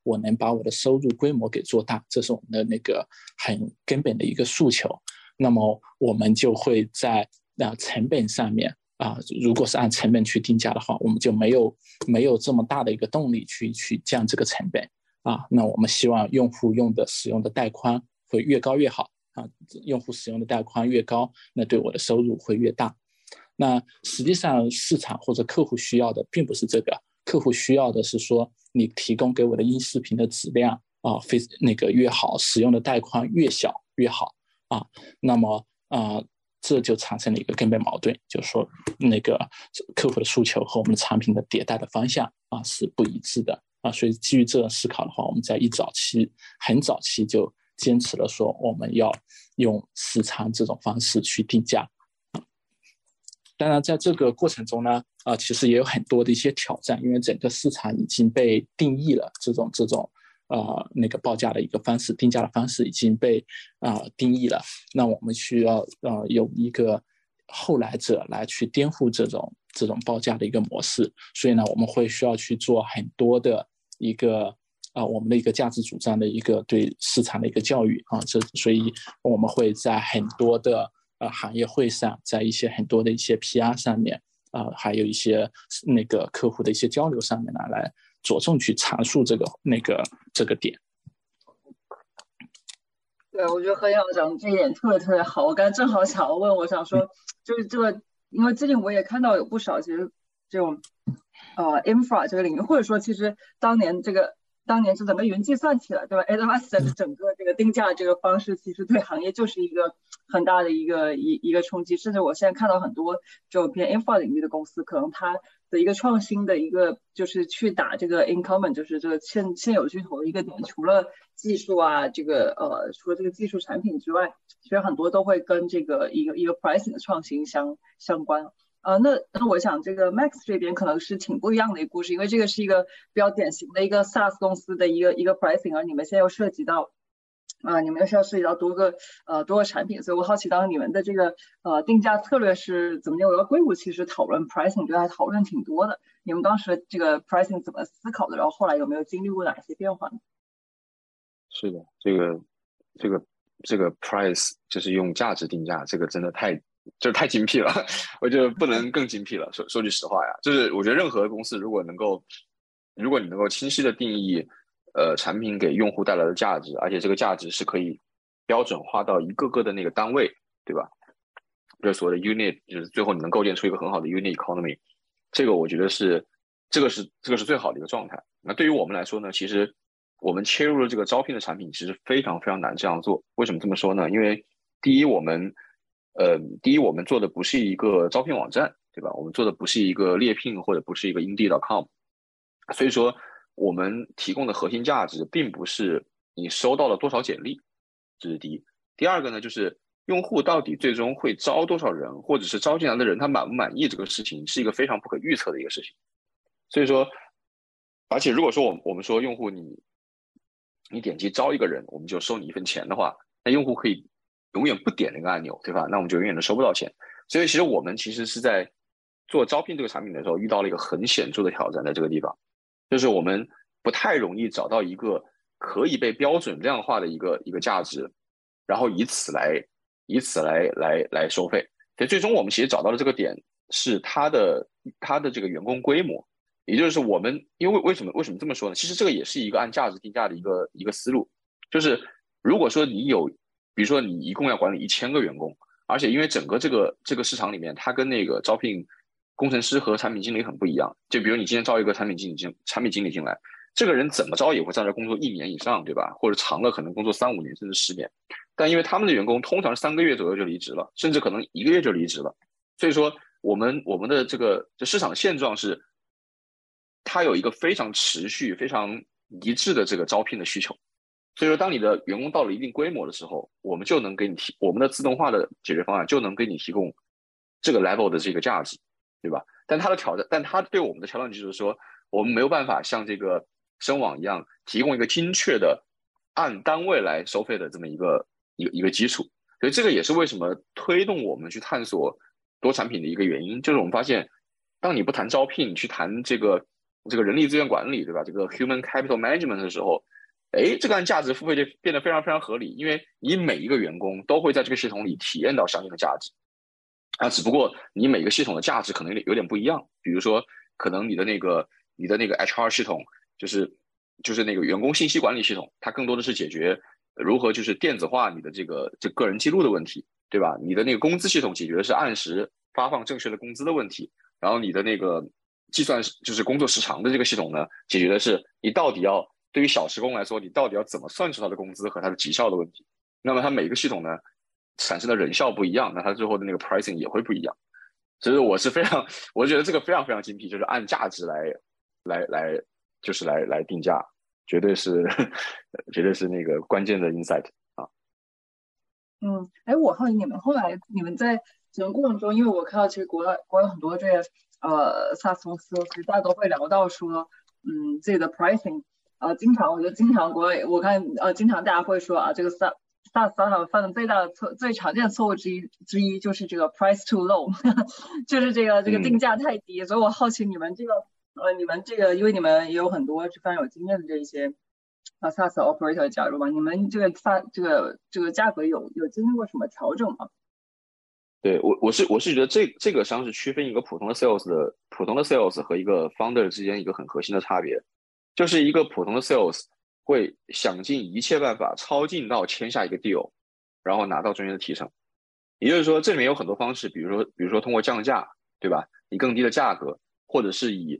我能把我的收入规模给做大，这是我们的那个很根本的一个诉求。那么我们就会在呃成本上面啊、呃，如果是按成本去定价的话，我们就没有没有这么大的一个动力去去降这个成本啊。那我们希望用户用的使用的带宽会越高越好啊，用户使用的带宽越高，那对我的收入会越大。那实际上市场或者客户需要的并不是这个，客户需要的是说你提供给我的音视频的质量啊，非那个越好，使用的带宽越小越好啊。那么啊、呃，这就产生了一个根本矛盾，就是说那个客户的诉求和我们的产品的迭代的方向啊是不一致的啊。所以基于这种思考的话，我们在一早期很早期就坚持了说我们要用时长这种方式去定价。当然在这个过程中呢，啊、呃，其实也有很多的一些挑战，因为整个市场已经被定义了，这种这种呃那个报价的一个方式，定价的方式已经被啊、呃、定义了。那我们需要呃有一个后来者来去颠覆这种这种报价的一个模式，所以呢，我们会需要去做很多的一个啊、呃、我们的一个价值主张的一个对市场的一个教育啊，这所以我们会在很多的呃行业会上，在一些很多的一些 P R 上面啊、呃，还有一些那个客户的一些交流上面呢，来着重去阐述这个那个这个点。 对，我觉得何校长这一点特别特别好。我刚才正好想要问，我想说，就是这个，因为最近我也看到有不少其实这种呃 infra 这个领域，或者说其实当年这个当年是整个云计算起来，对吧 ？A W S 的整个这个定价这个方式，其实对行业就是一个很大的一个一一个冲击。甚至我现在看到很多这种偏 infra 领域的公司，可能它的一个创新的一个就是去打这个 incumbent， 就是这个现现有巨头的一个点，除了技术啊，这个呃，除了这个技术产品之外，其实很多都会跟这个一个一个 pricing 的创新相相关。呃，那那我想这个 Max 这边可能是挺不一样的一个故事，因为这个是一个比较典型的一个 SaaS 公司的一个一个 pricing， 而你们现在又涉及到，呃，你们又需要涉及到多个呃多个产品，所以我好奇，当你们的这个呃定价策略是怎么样？我要硅谷其实讨论 pricing 对它讨论挺多的，你们当时这个 pricing 怎么思考的？然后后来有没有经历过哪些变化呢？ 是的，这个这个这个 price 就是用价值定价，这个真的太就是太精辟了，我觉得不能更精辟了。说说句实话呀，就是我觉得任何公司如果能够，如果你能够清晰的定义，呃，产品给用户带来的价值，而且这个价值是可以标准化到一个个的那个单位，对吧？就是所谓的 unit， 就是最后你能构建出一个很好的 unit economy， 这个我觉得是这个是这个是最好的一个状态。那对于我们来说呢，其实我们切入了这个招聘的产品，其实非常非常难这样做。为什么这么说呢？因为第一，我们呃，第一，我们做的不是一个招聘网站，对吧？我们做的不是一个猎聘或者不是一个 Indeed 点 com， 所以说我们提供的核心价值并不是你收到了多少简历，这是第一。第二个呢，就是用户到底最终会招多少人，或者是招进来的人他满不满意，这个事情是一个非常不可预测的一个事情。所以说，而且如果说我我们说用户你你点击招一个人，我们就收你一份钱的话，那用户可以永远不点那个按钮，对吧？那我们就永远都收不到钱。所以其实我们其实是在做招聘这个产品的时候遇到了一个很显著的挑战，在这个地方，就是我们不太容易找到一个可以被标准量化的一个一个价值，然后以此来以此来来来收费。所以最终我们其实找到的这个点是它的它的这个员工规模，也就是我们因为为什么为什么这么说呢？其实这个也是一个按价值定价的一个一个思路，就是如果说你有，比如说你一共要管理一千个员工，而且因为整个这个这个市场里面，它跟那个招聘工程师和产品经理很不一样。就比如你今天招一个产品经理进产品经理进来，这个人怎么着也会在这工作一年以上，对吧？或者长了可能工作三五年甚至十年。但因为他们的员工通常三个月左右就离职了，甚至可能一个月就离职了。所以说我们我们的这个这市场现状是，它有一个非常持续、非常一致的这个招聘的需求。所以说，当你的员工到了一定规模的时候，我们就能给你提我们的自动化的解决方案，就能给你提供这个 level 的这个价值，对吧？但它的挑战，但它对我们的挑战就是说，我们没有办法像这个声网一样提供一个精确的按单位来收费的这么一个一个一个基础。所以这个也是为什么推动我们去探索多产品的一个原因，就是我们发现，当你不谈招聘，你去谈这个这个人力资源管理，对吧？这个 human capital management 的时候，哎，这个按价值付费就变得非常非常合理，因为你每一个员工都会在这个系统里体验到相应的价值，啊，只不过你每个系统的价值可能有点有点不一样，比如说可能你的那个你的那个 H R 系统，就是就是那个员工信息管理系统，它更多的是解决如何就是电子化你的这个这个人记录的问题，对吧？你的那个工资系统解决的是按时发放正确的工资的问题，然后你的那个计算就是工作时长的这个系统呢，解决的是你到底要对于小时工来说，你到底要怎么算出他的工资和他的绩效的问题。那么它每个系统呢产生的人效不一样，那它最后的那个 pricing 也会不一样。所以我是非常，我觉得这个非常非常精辟，就是按价值来来来就是来来定价，绝对是绝对是那个关键的 insight 啊。 嗯，哎，我好奇你们后来你们在整个过程中，因为我看到其实国外国外很多这些呃 SaaS 公司，其实大家都会聊到说，嗯，自己的 pricing， 呃，经常我觉得经常国外我看呃经常大家会说啊，这个 SaaS SaaS startup 犯的最大的错最常见的错误之一之一就是这个 price too low， 就是这个这个定价太低，嗯、所以我好奇你们这个呃你们这个因为你们也有很多非常有经验的这一些。啊 ，SaaS operator 加入吧，你们这个发这个这个价格有有经历过什么调整吗？ 对我我是我是觉得这这个实际上是区分一个普通的 sales 的普通的 sales 和一个 founder 之间一个很核心的差别，就是一个普通的 sales 会想尽一切办法超近到签下一个 deal， 然后拿到中间的提成。也就是说，这里面有很多方式，比如说比如说通过降价，对吧？以更低的价格，或者是以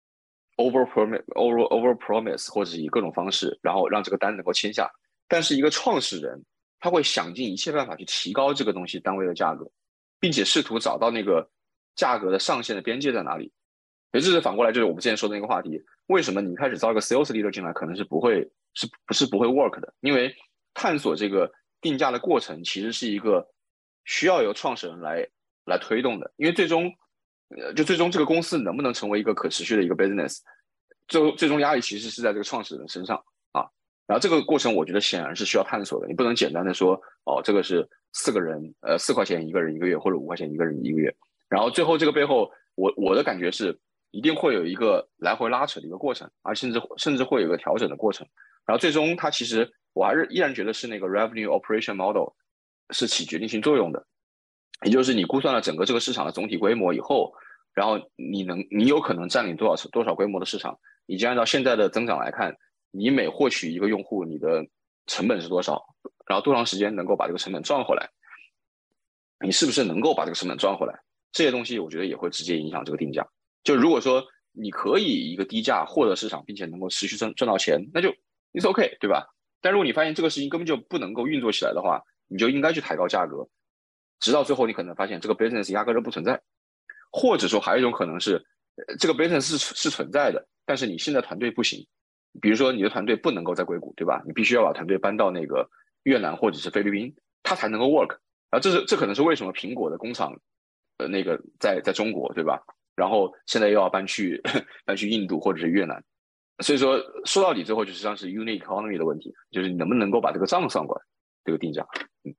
over promise over over promise 或者以各种方式，然后让这个单能够签下。但是一个创始人他会想尽一切办法去提高这个东西单位的价格，并且试图找到那个价格的上限的边界在哪里。所以这是反过来就是我们之前说的那个话题，为什么你一开始招一个 sales leader 进来可能是不会是不是不会 work 的？因为探索这个定价的过程其实是一个需要由创始人来来推动的，因为最终呃，就最终这个公司能不能成为一个可持续的一个 business， 最最终压力其实是在这个创始人身上啊。然后这个过程我觉得显然是需要探索的，你不能简单的说哦，这个是四个人呃四块钱一个人一个月，或者五块钱一个人一个月，然后最后这个背后我我的感觉是一定会有一个来回拉扯的一个过程，而甚至甚至会有一个调整的过程。然后最终它其实我还是依然觉得是那个 revenue operation model 是起决定性作用的，也就是你估算了整个这个市场的总体规模以后，然后你能你有可能占领多少多少规模的市场，以及按照现在的增长来看，你每获取一个用户你的成本是多少，然后多长时间能够把这个成本赚回来，你是不是能够把这个成本赚回来，这些东西我觉得也会直接影响这个定价。就如果说你可以一个低价获得市场并且能够持续赚赚到钱，那就 it's OK， 对吧？但如果你发现这个事情根本就不能够运作起来的话，你就应该去抬高价格，直到最后你可能发现这个 business 压根就不存在，或者说还有一种可能是这个 business 是是存在的，但是你现在团队不行，比如说你的团队不能够在硅谷，对吧？你必须要把团队搬到那个越南或者是菲律宾，它才能够 work。然后这是这可能是为什么苹果的工厂呃那个在在中国，对吧？然后现在又要搬去搬去印度或者是越南，所以说说到底最后就实际上是 unit economy 的问题，就是你能不能够把这个账算过来，这个定价。嗯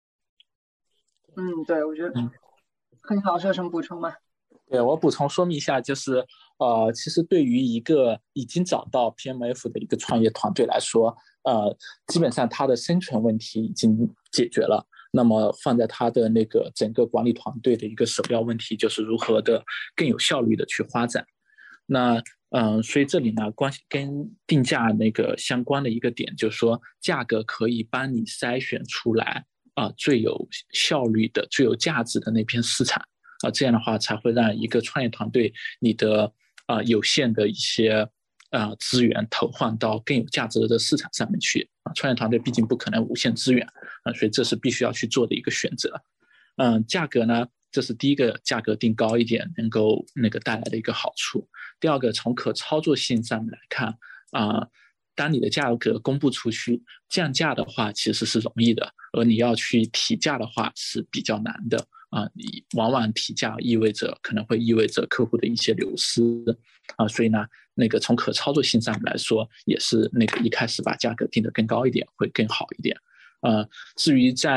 嗯，对，我觉得很好，是有什么补充吗？ 对，我补充说明一下，就是呃，其实对于一个已经找到 P M F 的一个创业团队来说，呃，基本上他的生存问题已经解决了。那么放在他的那个整个管理团队的一个首要问题，就是如何的更有效率的去发展。那嗯、呃，所以这里呢，关跟定价那个相关的一个点，就是说价格可以帮你筛选出来啊、呃、最有效率的、最有价值的那片市场啊、呃，这样的话才会让一个创业团队你的啊、呃、有限的一些啊、呃、资源投放到更有价值的市场上面去啊。创业团队毕竟不可能无限资源啊，所以这是必须要去做的一个选择。嗯，价格呢，这是第一个，价格定高一点能够那个带来的一个好处。第二个，从可操作性上面来看啊、呃，当你的价格公布出去，降价的话其实是容易的，而你要去提价的话是比较难的啊。你往往提价意味着可能会意味着客户的一些流失啊，所以呢，那个从可操作性上面来说，也是那个一开始把价格定得更高一点会更好一点。呃，至于在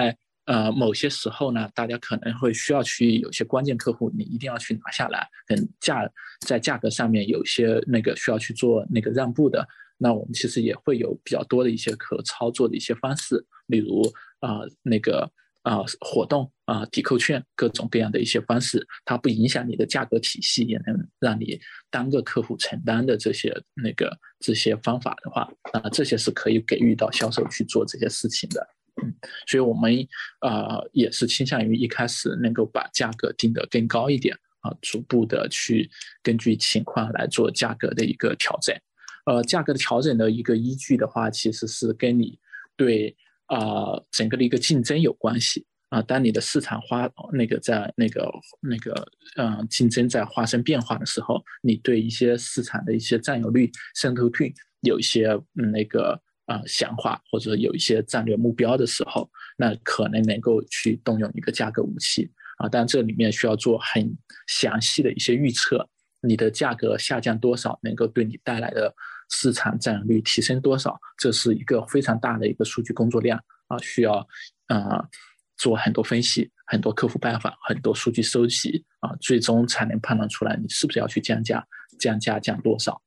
呃，某些时候呢，大家可能会需要去有些关键客户，你一定要去拿下来，跟价在价格上面有些那个需要去做那个让步的。那我们其实也会有比较多的一些可操作的一些方式，例如啊、呃、那个啊、呃、活动啊、呃、抵扣券各种各样的一些方式，它不影响你的价格体系，也能让你单个客户承担的这些那个这些方法的话，啊、呃、这些是可以给予到销售去做这些事情的。嗯，所以我们呃也是倾向于一开始能够把价格定得更高一点啊，逐步的去根据情况来做价格的一个调整。呃，价格的调整的一个依据的话，其实是跟你对啊、呃、整个的一个竞争有关系啊、呃。当你的市场发那个在那个那个呃竞争在发生变化的时候，你对一些市场的一些占有率、渗透率有一些、嗯、那个。啊、呃，想法或者有一些战略目标的时候，那可能能够去动用一个价格武器啊，但这里面需要做很详细的一些预测，你的价格下降多少，能够对你带来的市场占有率提升多少，这是一个非常大的一个数据工作量啊，需要呃做很多分析、很多客户拜访、很多数据收集啊，最终才能判断出来你是不是要去降价，降价降多少。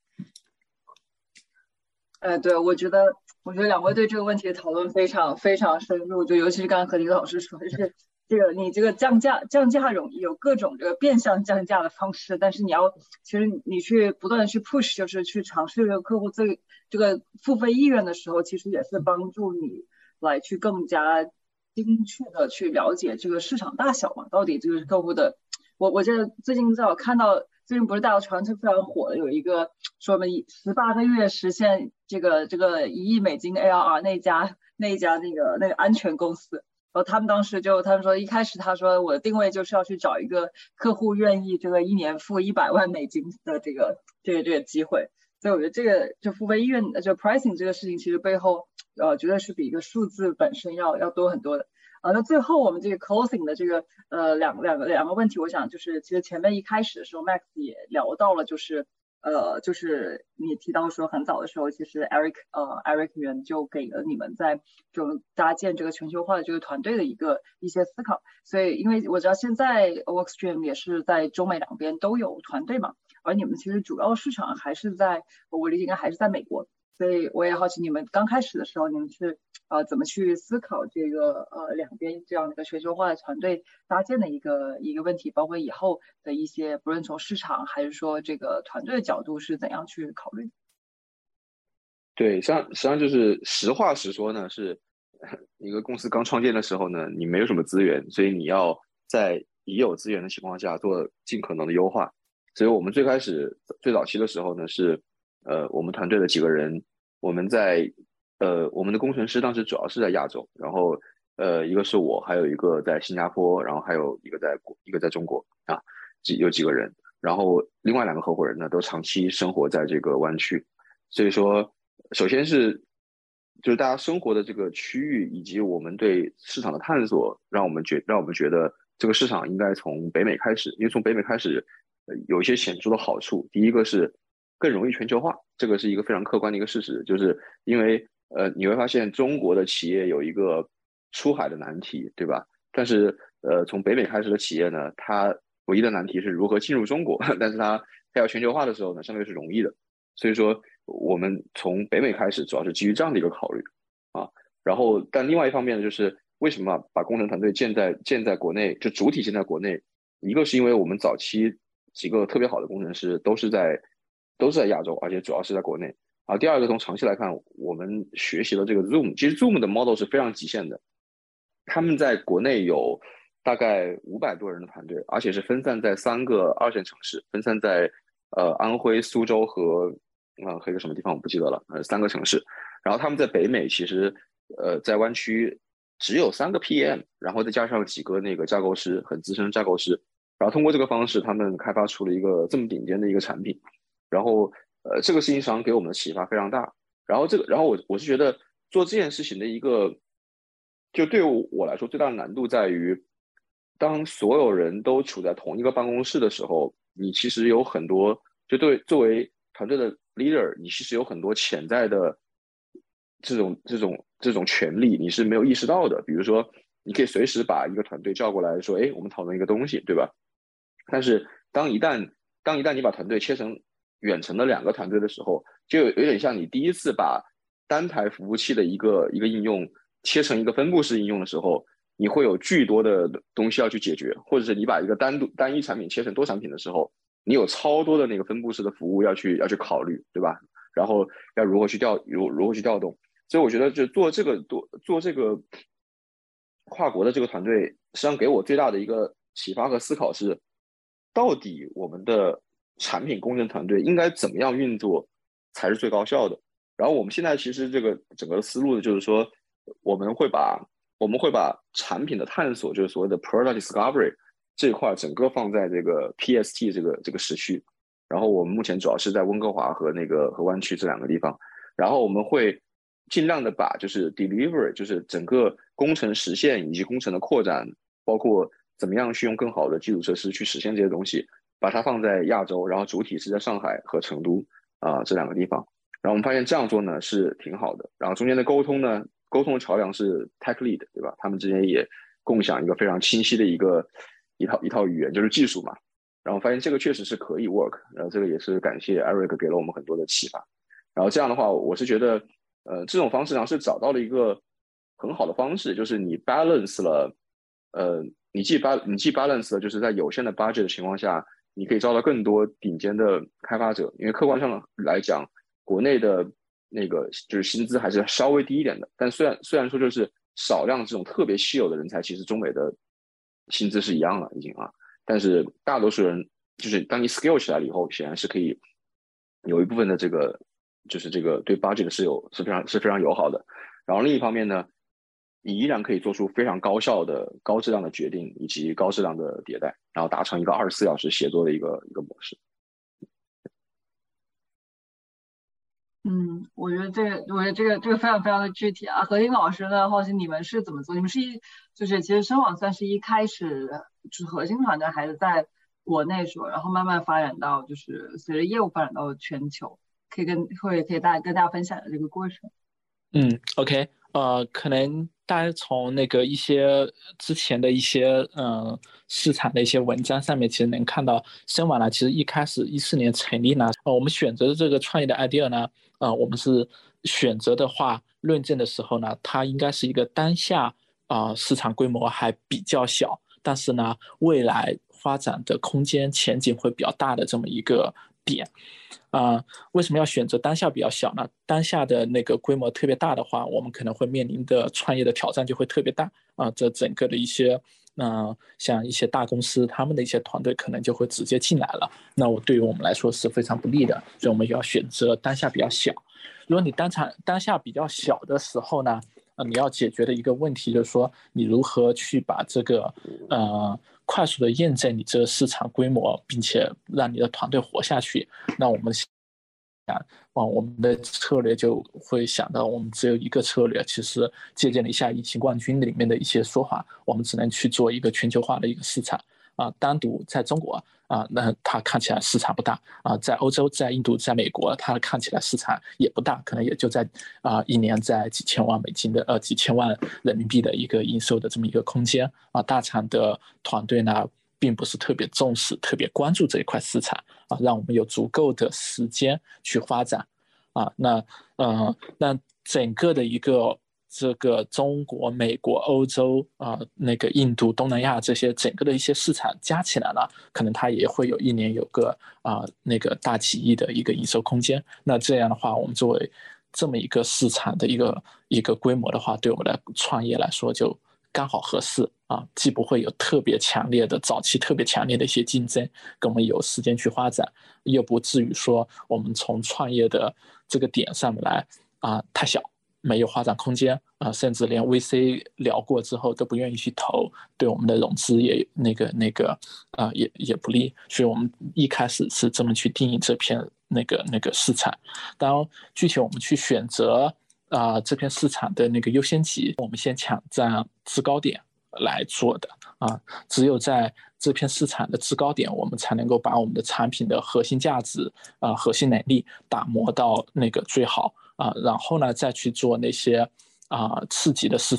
哎，对，我觉得，我觉得两位对这个问题的讨论非常非常深入，就尤其是刚刚何迪老师说的是，这个你这个降价降价容易有各种这个变相降价的方式，但是你要其实你去不断的去 push， 就是去尝试这个客户这这个付费意愿的时候，其实也是帮助你来去更加精确的去了解这个市场大小嘛，到底这个客户的，我我记得最近在我看到。最近不是大家传特非常火的，有一个说我们十八个月实现这个这个一亿美金 A R R 那家那一家那个那个安全公司，然后他们当时就他们说一开始他说我的定位就是要去找一个客户愿意这个一年付一百万美金的这个这个这个机会，所以我觉得这个就付费意愿就 pricing 这个事情其实背后呃绝对是比一个数字本身要要多很多的。啊，那最后我们这个 closing 的这个呃两两个两个问题，我想就是其实前面一开始的时候 Max 也聊到了，就是呃就是你提到说很早的时候，其实 Eric 呃 Eric Yuan 就给了你们在这种搭建这个全球化的这个团队的一个一些思考，所以因为我知道现在 Workstream 也是在中美两边都有团队嘛，而你们其实主要市场还是在我理解应该还是在美国。所以我也好奇你们刚开始的时候，你们是呃怎么去思考这个呃两边这样的一个全球化的团队搭建的一个一个问题，包括以后的一些不论从市场还是说这个团队的角度是怎样去考虑的？ 对，像实际上就是实话实说呢，是一个公司刚创建的时候呢，你没有什么资源，所以你要在已有资源的情况下做尽可能的优化。所以我们最开始最早期的时候呢，是呃我们团队的几个人。我们在呃，我们的工程师当时主要是在亚洲，然后呃，一个是我，还有一个在新加坡，然后还有一个在一个在中国啊，几有几个人，然后另外两个合伙人呢都长期生活在这个湾区，所以说，首先是就是大家生活的这个区域以及我们对市场的探索，让我们觉让我们觉得这个市场应该从北美开始，因为从北美开始，呃、有一些显著的好处，第一个是更容易全球化，这个是一个非常客观的一个事实，就是因为呃你会发现中国的企业有一个出海的难题，对吧？但是呃从北美开始的企业呢，它唯一的难题是如何进入中国，但是它它要全球化的时候呢，相对是容易的。所以说我们从北美开始，主要是基于这样的一个考虑啊。然后但另外一方面呢，就是为什么把工程团队建在建在国内，就主体建在国内，一个是因为我们早期几个特别好的工程师都是在都是在亚洲，而且主要是在国内啊。第二个，从长期来看，我们学习了这个 Zoom， 其实 Zoom 的 model 是非常极限的。他们在国内有大概五百多人的团队，而且是分散在三个二线城市，分散在呃安徽、苏州和呃和一个什么地方我不记得了，呃三个城市。然后他们在北美其实呃在湾区只有三个 P M， 然后再加上几个那个架构师，很资深的架构师。然后通过这个方式，他们开发出了一个这么顶尖的一个产品。然后，呃，这个事情上给我们的启发非常大。然后这个，然后我我是觉得做这件事情的一个，就对我来说最大的难度在于，当所有人都处在同一个办公室的时候，你其实有很多，就对作为团队的 leader， 你其实有很多潜在的这种这种这种权利，你是没有意识到的。比如说， 你可以随时把一个团队叫过来说，哎，我们讨论一个东西，对吧？但是当一旦当一旦你把团队切成远程的两个团队的时候，就有点像你第一次把单台服务器的一个一个应用切成一个分布式应用的时候，你会有巨多的东西要去解决，或者是你把一个单独单一产品切成多产品的时候，你有超多的那个分布式的服务要去要去考虑，对吧？然后要如何去调如如何去调动，所以我觉得就做这个做做这个跨国的这个团队，实际上给我最大的一个启发和思考是，到底我们的产品工程团队应该怎么样运作才是最高效的？然后我们现在其实这个整个思路的就是说，我们会把我们会把产品的探索，就是所谓的 product discovery 这一块整个放在这个 P S T 这个这个时区。然后我们目前主要是在温哥华和那个和湾区这两个地方，然后我们会尽量的把就是 delivery 就是整个工程实现以及工程的扩展，包括怎么样去用更好的基础设施去实现这些东西，把它放在亚洲，然后主体是在上海和成都啊、呃、这两个地方。然后我们发现这样做呢是挺好的，然后中间的沟通呢，沟通的桥梁是 tech lead， 对吧？他们之间也共享一个非常清晰的一个一套一套语言，就是技术嘛。然后发现这个确实是可以 work， 然后这个也是感谢 Eric 给了我们很多的启发。然后这样的话，我是觉得，呃，这种方式上是找到了一个很好的方式，就是你 balance 了，呃，你既 balance 你既 balance 了，就是在有限的 budget 的情况下，你可以招到更多顶尖的开发者，因为客观上来讲，国内的那个就是薪资还是稍微低一点的，但虽然虽然说就是少量这种特别稀有的人才，其实中美的薪资是一样的已经啊。但是大多数人就是当你 scale 起来了以后，显然是可以有一部分的这个就是这个对 budget 是有是非常是非常友好的。然后另一方面呢，你依然可以做出非常高效的高质量的决定以及高质量的迭代，然后达成一个二十四小时协作的一个一个模式。 嗯，我觉得这个，我觉得这个这个非常非常的具体啊。何晶老师呢，好奇你们是怎么做？你们是一就是其实深网算是一开始就是核心团队还是在国内说，然后慢慢发展到就是随着业务发展到全球，可以跟会可以大家跟大家分享的这个过程。 嗯 ，OK， 呃，可能大家从那个一些之前的一些嗯、呃、市场的一些文章上面，其实能看到深网呢，其实一开始一四年成立呢，呃，我们选择的这个创业的 idea 呢，呃，我们是选择的话，论证的时候呢，它应该是一个当下啊、呃、市场规模还比较小，但是呢，未来发展的空间前景会比较大的这么一个点。啊、呃，为什么要选择当下比较小呢？当下的那个规模特别大的话，我们可能会面临的创业的挑战就会特别大啊、呃。这整个的一些，嗯、呃，像一些大公司，他们的一些团队可能就会直接进来了。那我对于我们来说是非常不利的，所以我们要选择当下比较小。如果你当场当下比较小的时候呢，呃，你要解决的一个问题就是说，你如何去把这个，呃。快速的验证你这个市场规模，并且让你的团队活下去。那我们想，啊，我们的策略就会想到，我们只有一个策略。其实借鉴了一下疫情冠军里面的一些说法，我们只能去做一个全球化的一个市场啊。单独在中国啊，那它看起来市场不大啊。在欧洲、在印度、在美国，它看起来市场也不大，可能也就在啊一年在几千万美金的呃几千万人民币的一个营收的这么一个空间啊。大厂的团队呢，并不是特别重视、特别关注这一块市场啊，让我们有足够的时间去发展啊。那呃，那整个的一个这个中国、美国、欧洲啊、呃，那个印度、东南亚这些整个的一些市场加起来呢，可能它也会有一年有个啊、呃、那个大几亿的一个营收空间。那这样的话，我们作为这么一个市场的一个一个规模的话，对我们的创业来说就刚好合适啊，既不会有特别强烈的早期特别强烈的一些竞争，跟我们有时间去发展，又不至于说我们从创业的这个点上来啊太小。没有发展空间啊、呃，甚至连 V C 聊过之后都不愿意去投，对我们的融资也那个那个啊、呃、也也不利，所以我们一开始是这么去定义这片那个那个市场。当然，具体我们去选择啊、呃、这片市场的那个优先级，我们先抢占制高点来做的啊，只有在这片市场的制高点，我们才能够把我们的产品的核心价值啊、呃、核心能力打磨到那个最好。啊，然后呢，再去做那些啊、呃、次级的市场，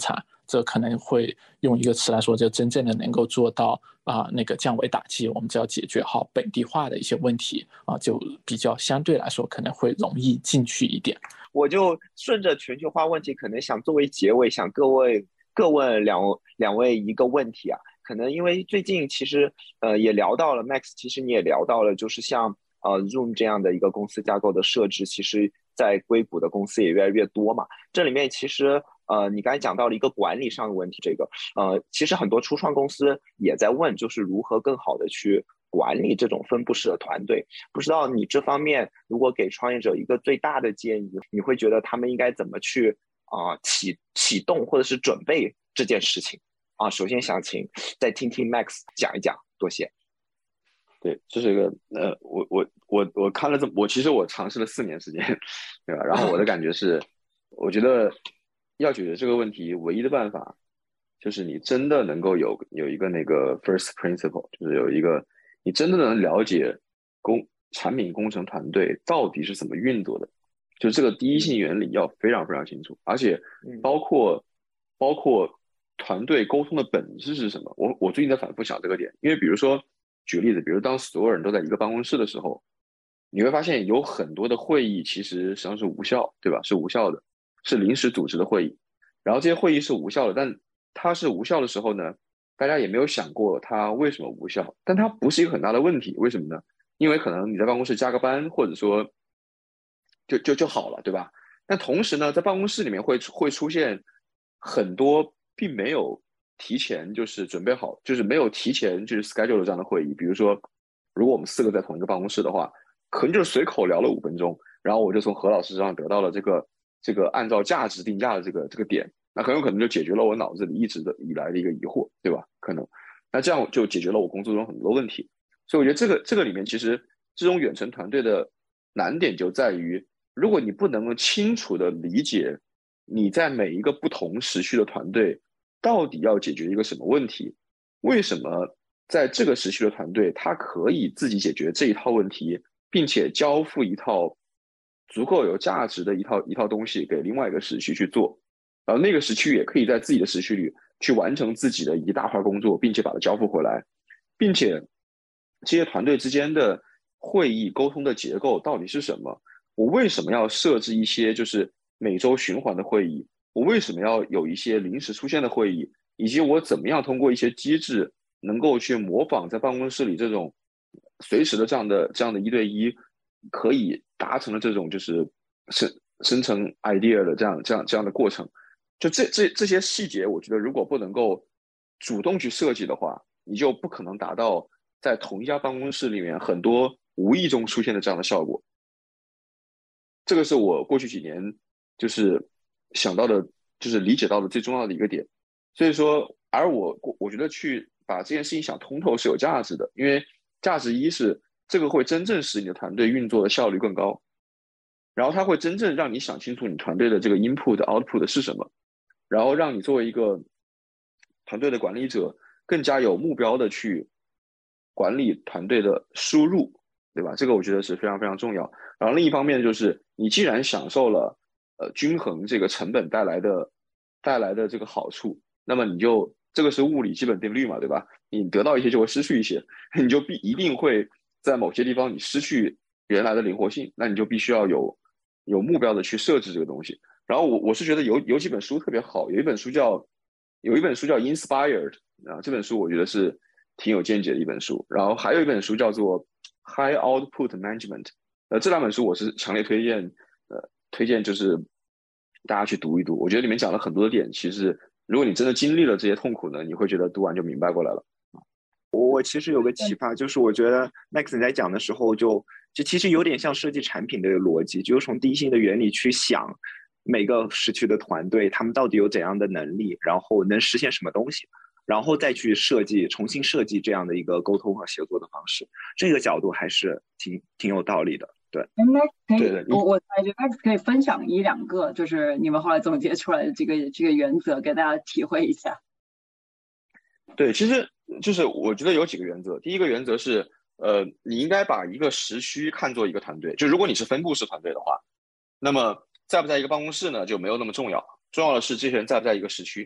这可能会用一个词来说，就真正的能够做到啊、呃、那个降维打击。我们只要解决好本地化的一些问题啊、呃，就比较相对来说可能会容易进去一点。 我就顺着全球化问题，可能想作为结尾，想各位各问两两位一个问题啊。可能因为最近其实呃也聊到了 Max， 其实你也聊到了，就是像呃 Zoom 这样的一个公司架构的设置，其实在硅谷的公司也越来越多嘛。这里面其实呃你刚才讲到了一个管理上的问题，这个呃其实很多初创公司也在问，就是如何更好的去管理这种分布式的团队。不知道你这方面如果给创业者一个最大的建议，你会觉得他们应该怎么去啊、呃、启启动或者是准备这件事情啊？首先想请再听听 Max 讲一讲，多谢。 对，这是一个呃，我我我我看了这么，我其实我尝试了四年时间，对吧？然后我的感觉是，我觉得要解决这个问题，唯一的办法就是你真的能够有有一个那个 first principle， 就是有一个你真的能了解工产品工程团队到底是怎么运作的，就这个第一性原理要非常非常清楚，而且包括包括团队沟通的本质是什么。我我最近在反复想这个点，因为比如说举个例子，比如当所有人都在一个办公室的时候，你会发现有很多的会议其实实际上是无效，对吧？是无效的，是临时组织的会议。然后这些会议是无效的，但它是无效的时候呢，大家也没有想过它为什么无效，但它不是一个很大的问题，为什么呢？因为可能你在办公室加个班，或者说就就就好了，对吧？但同时呢，在办公室里面会会出现很多并没有提前就是准备好，就是没有提前就是 schedule 的这样的会议。比如说，如果我们四个在同一个办公室的话，可能就是随口聊了五分钟，然后我就从何老师身上得到了这个这个按照价值定价的这个这个点，那很有可能就解决了我脑子里一直的以来的一个疑惑，对吧？可能，那这样就解决了我工作中很多问题。所以我觉得这个这个里面其实这种远程团队的难点就在于，如果你不能够清楚的理解你在每一个不同时区的团队到底要解决一个什么问题，为什么在这个时区的团队他可以自己解决这一套问题，并且交付一套足够有价值的一套一套东西给另外一个时区去做，然后那个时区也可以在自己的时区里去完成自己的一大块工作，并且把它交付回来，并且这些团队之间的会议沟通的结构到底是什么？我为什么要设置一些就是每周循环的会议？我为什么要有一些临时出现的会议？以及我怎么样通过一些机制能够去模仿在办公室里这种随时的这样的这样的一对一，可以达成的这种就是生生成 idea 的这样这样这样的过程？就这这这些细节，我觉得如果不能够主动去设计的话，你就不可能达到在同一家办公室里面很多无意中出现的这样的效果。这个是我过去几年就是想到的，就是理解到的最重要的一个点。所以说，而我我觉得去把这件事情想通透是有价值的，因为价值一是这个会真正使你的团队运作的效率更高，然后它会真正让你想清楚你团队的这个 input output 是什么，然后让你作为一个团队的管理者更加有目标的去管理团队的输入，对吧？这个我觉得是非常非常重要。然后另一方面就是你既然享受了呃均衡这个成本带来的带来的这个好处，那么你就这个是物理基本定律嘛，对吧？你得到一些就会失去一些，你就必一定会在某些地方你失去原来的灵活性，那你就必须要有有目标的去设置这个东西。然后我我是觉得有有几本书特别好，有一本书叫有一本书叫 Inspired 啊，这本书我觉得是挺有见解的一本书。然后还有一本书叫做 High Output Management， 呃，这两本书我是强烈推荐，呃，推荐就是大家去读一读。我觉得里面讲了很多的点，其实如果你真的经历了这些痛苦呢，你会觉得读完就明白过来了。 我其实有个启发，就是我觉得 Max 在讲的时候就，就其实有点像设计产品的逻辑，就是从第一性的原理去想每个时区的团队他们到底有怎样的能力，然后能实现什么东西，然后再去设计重新设计这样的一个沟通和协作的方式。这个角度还是挺挺有道理的。对， 那可以，我我感觉 Max 可以分享一两个，就是你们后来总结出来的这个这个原则，给大家体会一下。 对，其实就是我觉得有几个原则。第一个原则是，呃，你应该把一个时区看作一个团队。就如果你是分布式团队的话，那么在不在一个办公室呢就没有那么重要，重要的是这些人在不在一个时区。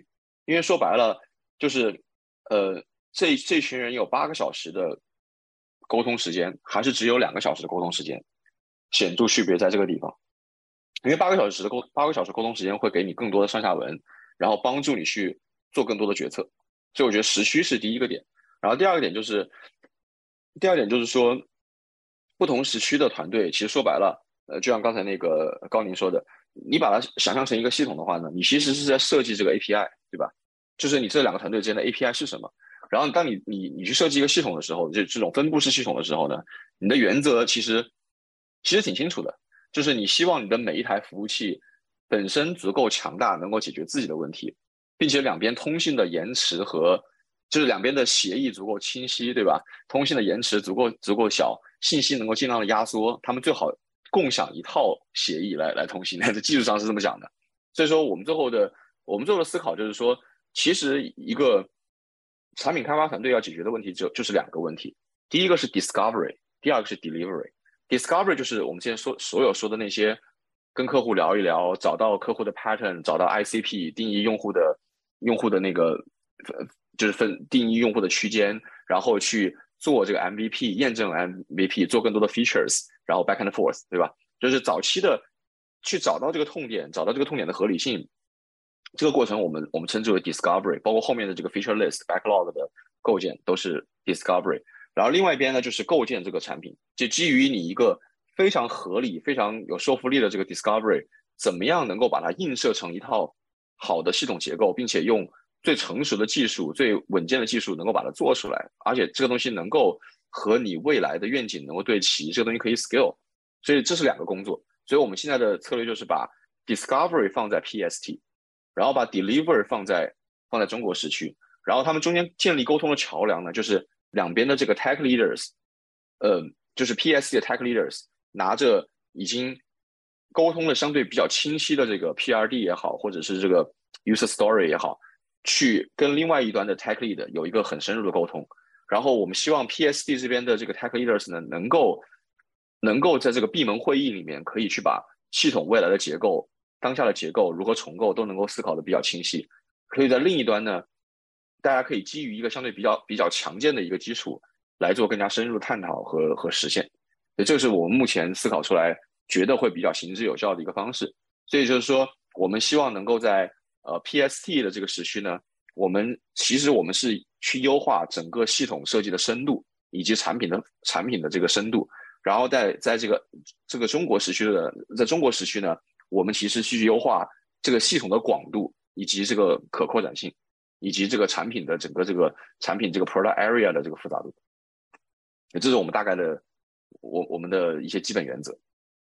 因为说白了就是呃这这群人有八个小时的沟通时间，还是只有两个小时的沟通时间，显著区别在这个地方。因为八个小时的沟八个小时沟通时间会给你更多的上下文，然后帮助你去做更多的决策，所以我觉得时区是第一个点。然后第二个点就是第二点就是说，不同时区的团队其实说白了，呃，就像刚才那个高宁说的，你把它想象成一个系统的话呢，你其实是在设计这个 A P I， 对吧？就是你这两个团队之间的 A P I 是什么？然后当你你你去设计一个系统的时候，就这种分布式系统的时候呢，你的原则其实其实挺清楚的，就是你希望你的每一台服务器本身足够强大，能够解决自己的问题，并且两边通信的延迟和就是两边的协议足够清晰，对吧？通信的延迟足够足够小，信息能够尽量的压缩，他们最好共享一套协议来来通信，这技术上是这么讲的。所以说我们最后的我们最后的思考就是说，其实一个产品开发团队要解决的问题就就是两个问题，第一个是 discovery， 第二个是 delivery。discovery 就是我们之前说所有说的那些跟客户聊一聊，找到客户的 pattern， 找到 I C P， 定义用户的用户的那个就是分定义用户的区间，然后去做这个 M V P， 验证 M V P， 做更多的 features， 然后 back and forth， 对吧？就是早期的去找到这个痛点，找到这个痛点的合理性，这个过程我们我们称之为 discovery， 包括后面的这个 feature list backlog 的构建都是 discovery。然后另外一边呢，就是构建这个产品，就基于你一个非常合理、非常有说服力的这个 discovery， 怎么样能够把它映射成一套好的系统结构，并且用最成熟的技术、最稳健的技术能够把它做出来，而且这个东西能够和你未来的愿景能够对齐，这个东西可以 scale。所以这是两个工作。所以我们现在的策略就是把 discovery 放在 P S T， 然后把 deliver 放在放在中国时区，然后他们中间建立沟通的桥梁呢，就是两边的这个 tech leaders， 呃，就是 P S T 的 tech leaders 拿着已经沟通的相对比较清晰的这个 P R D 也好，或者是这个 user story 也好，去跟另外一端的 tech lead 有一个很深入的沟通。然后我们希望 P S T 这边的这个 tech leaders 呢，能够能够在这个闭门会议里面，可以去把系统未来的结构、当下的结构如何重构都能够思考的比较清晰。可以在另一端呢，大家可以基于一个相对比较比较强健的一个基础来做更加深入的探讨和和实现。所以这是我们目前思考出来觉得会比较行之有效的一个方式。所以就是说，我们希望能够在呃 P S T 的这个时区呢，我们其实我们是去优化整个系统设计的深度以及产品的产品的这个深度。然后在在这个这个中国时区的，在中国时区呢，我们其实去优化这个系统的广度，以及这个可扩展性，以及这个产品的整个这个产品这个 product area 的这个复杂度。这是我们大概的我我们的一些基本原则。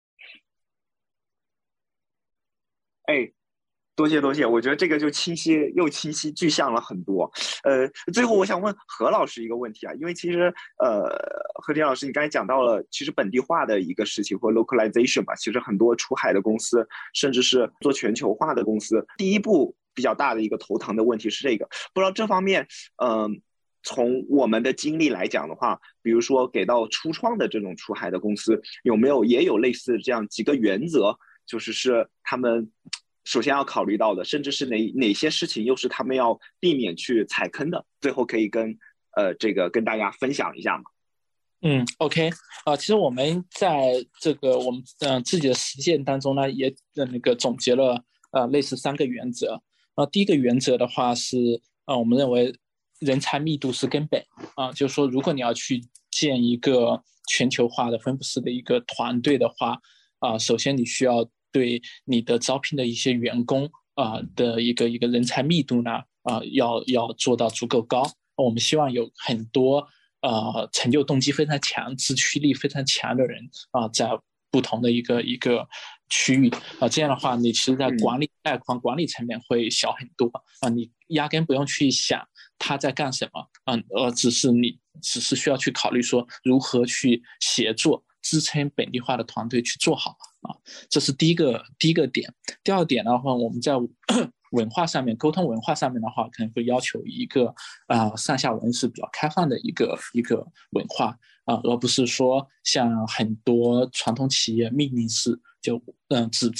哎，多谢多谢，我觉得这个就清晰又清晰具象了很多。呃，最后我想问何老师一个问题啊，因为其实呃，何田老师你刚才讲到了其实本地化的一个事情或 localization 吧，其实很多出海的公司，甚至是做全球化的公司，第一步比较大的一个头疼的问题是这个，不知道这方面，嗯、呃。从我们的经历来讲的话，比如说给到初创的这种出海的公司，有没有也有类似这样几个原则，就是是他们首先要考虑到的，甚至是哪哪些事情又是他们要避免去踩坑的？最后可以跟呃这个跟大家分享一下吗？ 嗯 ，OK， 啊、呃，其实我们在这个我们嗯、呃、自己的实践当中呢，也呃那个总结了呃类似三个原则。呃，第一个原则的话是呃我们认为人才密度是根本啊，就是说，如果你要去建一个全球化的分布式的一个团队的话，啊，首先你需要对你的招聘的一些员工啊的一个一个人才密度呢，啊，要要做到足够高。我们希望有很多呃成就动机非常强、自驱力非常强的人啊，在不同的一个一个区域啊，这样的话，你其实在管理带宽、管理层面会小很多啊，你压根不用去想他在干什么，嗯，呃，只是你只是需要去考虑说如何去协作支撑本地化的团队去做好啊，这是第一个第一个点。第二点的话，我们在文化上面、沟通文化上面的话，可能会要求一个啊、呃、上下文是比较开放的一个一个文化啊、呃，而不是说像很多传统企业命令式就嗯、呃、只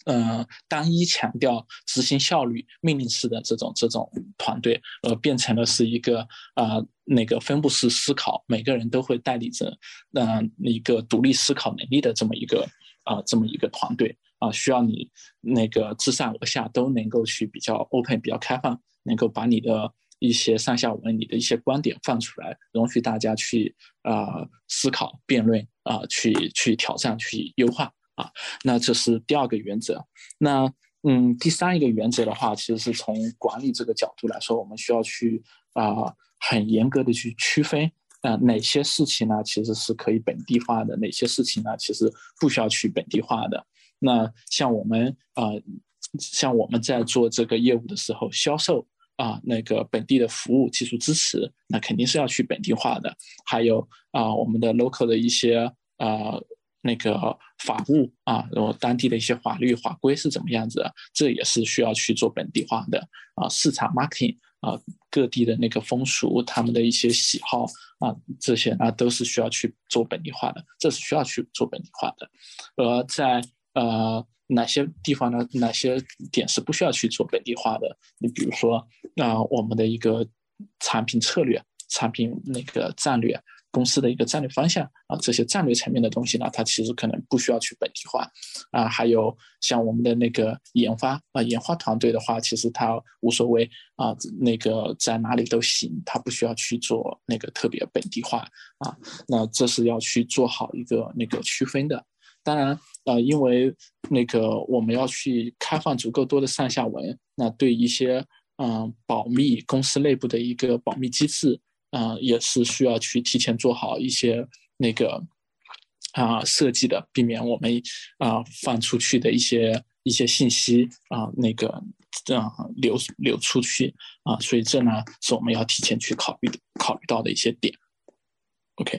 呃单一强调执行效率、命令式的这种这种团队，而变成了是一个啊、呃、那个分布式思考，每个人都会带领着呃一个独立思考能力的这么一个啊、呃、这么一个团队啊、呃，需要你那个自上而下都能够去比较 open、比较开放，能够把你的一些上下文、你的一些观点放出来，容许大家去啊、呃、思考、辩论啊、呃，去去挑战、去优化啊。那这是第二个原则。那嗯，第三一个原则的话，其实是从管理这个角度来说，我们需要去啊、呃、很严格的去区分啊、呃、哪些事情呢其实是可以本地化的，哪些事情呢其实不需要去本地化的。那像我们啊、呃、像我们在做这个业务的时候，销售啊，那个本地的服务技术支持，那肯定是要去本地化的。还有啊，我们的 local 的一些啊那个法务啊，然后当地的一些法律法规是怎么样子的，这也是需要去做本地化的啊。市场 marketing 啊，各地的那个风俗，他们的一些喜好啊，这些呢都是需要去做本地化的，这是需要去做本地化的。而在呃。哪些地方呢？哪些点是不需要去做本地化的？你比如说，啊、呃，我们的一个产品策略、产品那个战略、公司的一个战略方向啊，这些战略层面的东西呢，它其实可能不需要去本地化啊。还有像我们的那个研发啊，研发团队的话，其实它无所谓啊，那个在哪里都行，它不需要去做那个特别本地化啊。那这是要去做好一个那个区分的。当然，呃，因为那个我们要去开放足够多的上下文，那对一些嗯、呃、保密公司内部的一个保密机制，啊、呃，也是需要去提前做好一些那个啊、呃、设计的，避免我们啊、呃、放出去的一些一些信息啊、呃、那个啊、呃、流流出去啊、呃，所以这呢是我们要提前去考虑考虑到的一些点。OK。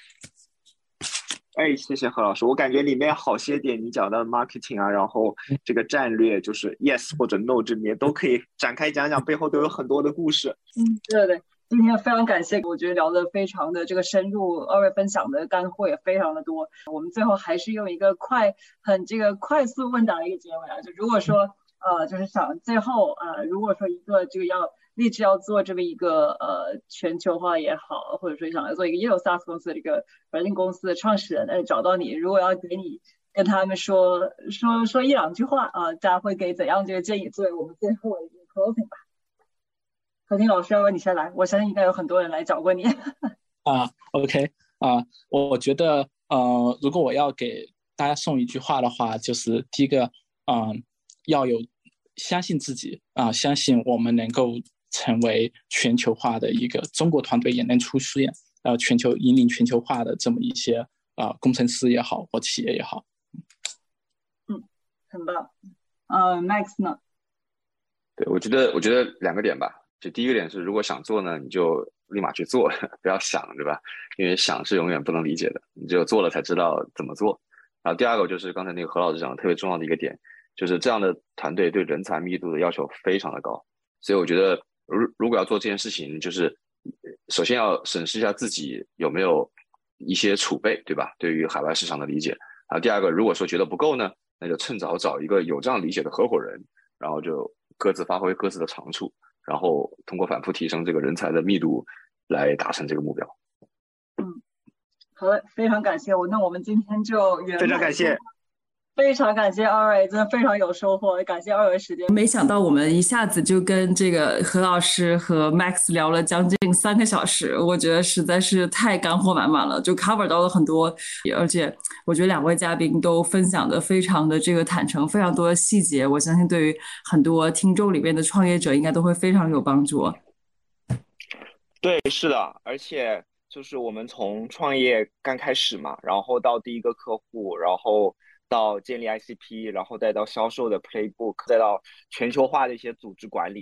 哎，谢谢何老师，我感觉里面好些点你讲到 marketing 啊，然后这个战略就是 yes 或者 no 这里面都可以展开讲讲，背后都有很多的故事。 嗯，对对，今天非常感谢，我觉得聊得非常的这个深入，二位分享的干货也非常的多。我们最后还是用一个快很这个快速问答的一个结尾啊，就如果说呃就是想最后呃如果说一个这个要立志要做这么一个呃全球化也好，或者说想要做一个也有 SaaS 公司的一个软件公司的创始人，哎，找到你，如果要给你跟他们说说说一两句话啊，大家会给怎样这个建议作为我们最后的一个 closing 吧？何婷老师，要不你先来，我相信应该有很多人来找过你。 啊 ，OK 啊，我觉得呃，如果我要给大家送一句话的话，就是第一个，嗯、呃，要有相信自己啊、呃，相信我们能够成为全球化的一个中国团队也能出现呃全球引领全球化的这么一些啊、呃、工程师也好或企业也好。 嗯，很棒。呃 ，Max 呢？ 对，我觉得我觉得两个点吧。就第一个点是，如果想做呢，你就立马去做，不要想，对吧？因为想是永远不能理解的，你只有做了才知道怎么做。然后第二个就是刚才那个何老师讲的特别重要的一个点，就是这样的团队对人才密度的要求非常的高，所以我觉得如如果要做这件事情，就是首先要审视一下自己有没有一些储备，对吧？对于海外市场的理解。然后第二个，如果说觉得不够呢，那就趁早找一个有这样理解的合伙人，然后就各自发挥各自的长处。然后通过反复提升这个人才的密度来达成这个目标。 嗯，好的，非常感谢我，那我们今天就圆满。 非常感谢， 非常感谢二位，真的非常有收获，感谢二位时间。 没想到我们一下子就跟这个何老师和 Max 聊了将近三个小时，我觉得实在是太干货满满了，就 cover 到了很多，而且我觉得两位嘉宾都分享的非常的这个坦诚，非常多的细节，我相信对于很多听众里面的创业者应该都会非常有帮助。 对，是的，而且就是我们从创业刚开始嘛，然后到第一个客户，然后到建立 I C P，然后再到销售的 playbook，再到全球化的一些组织管理，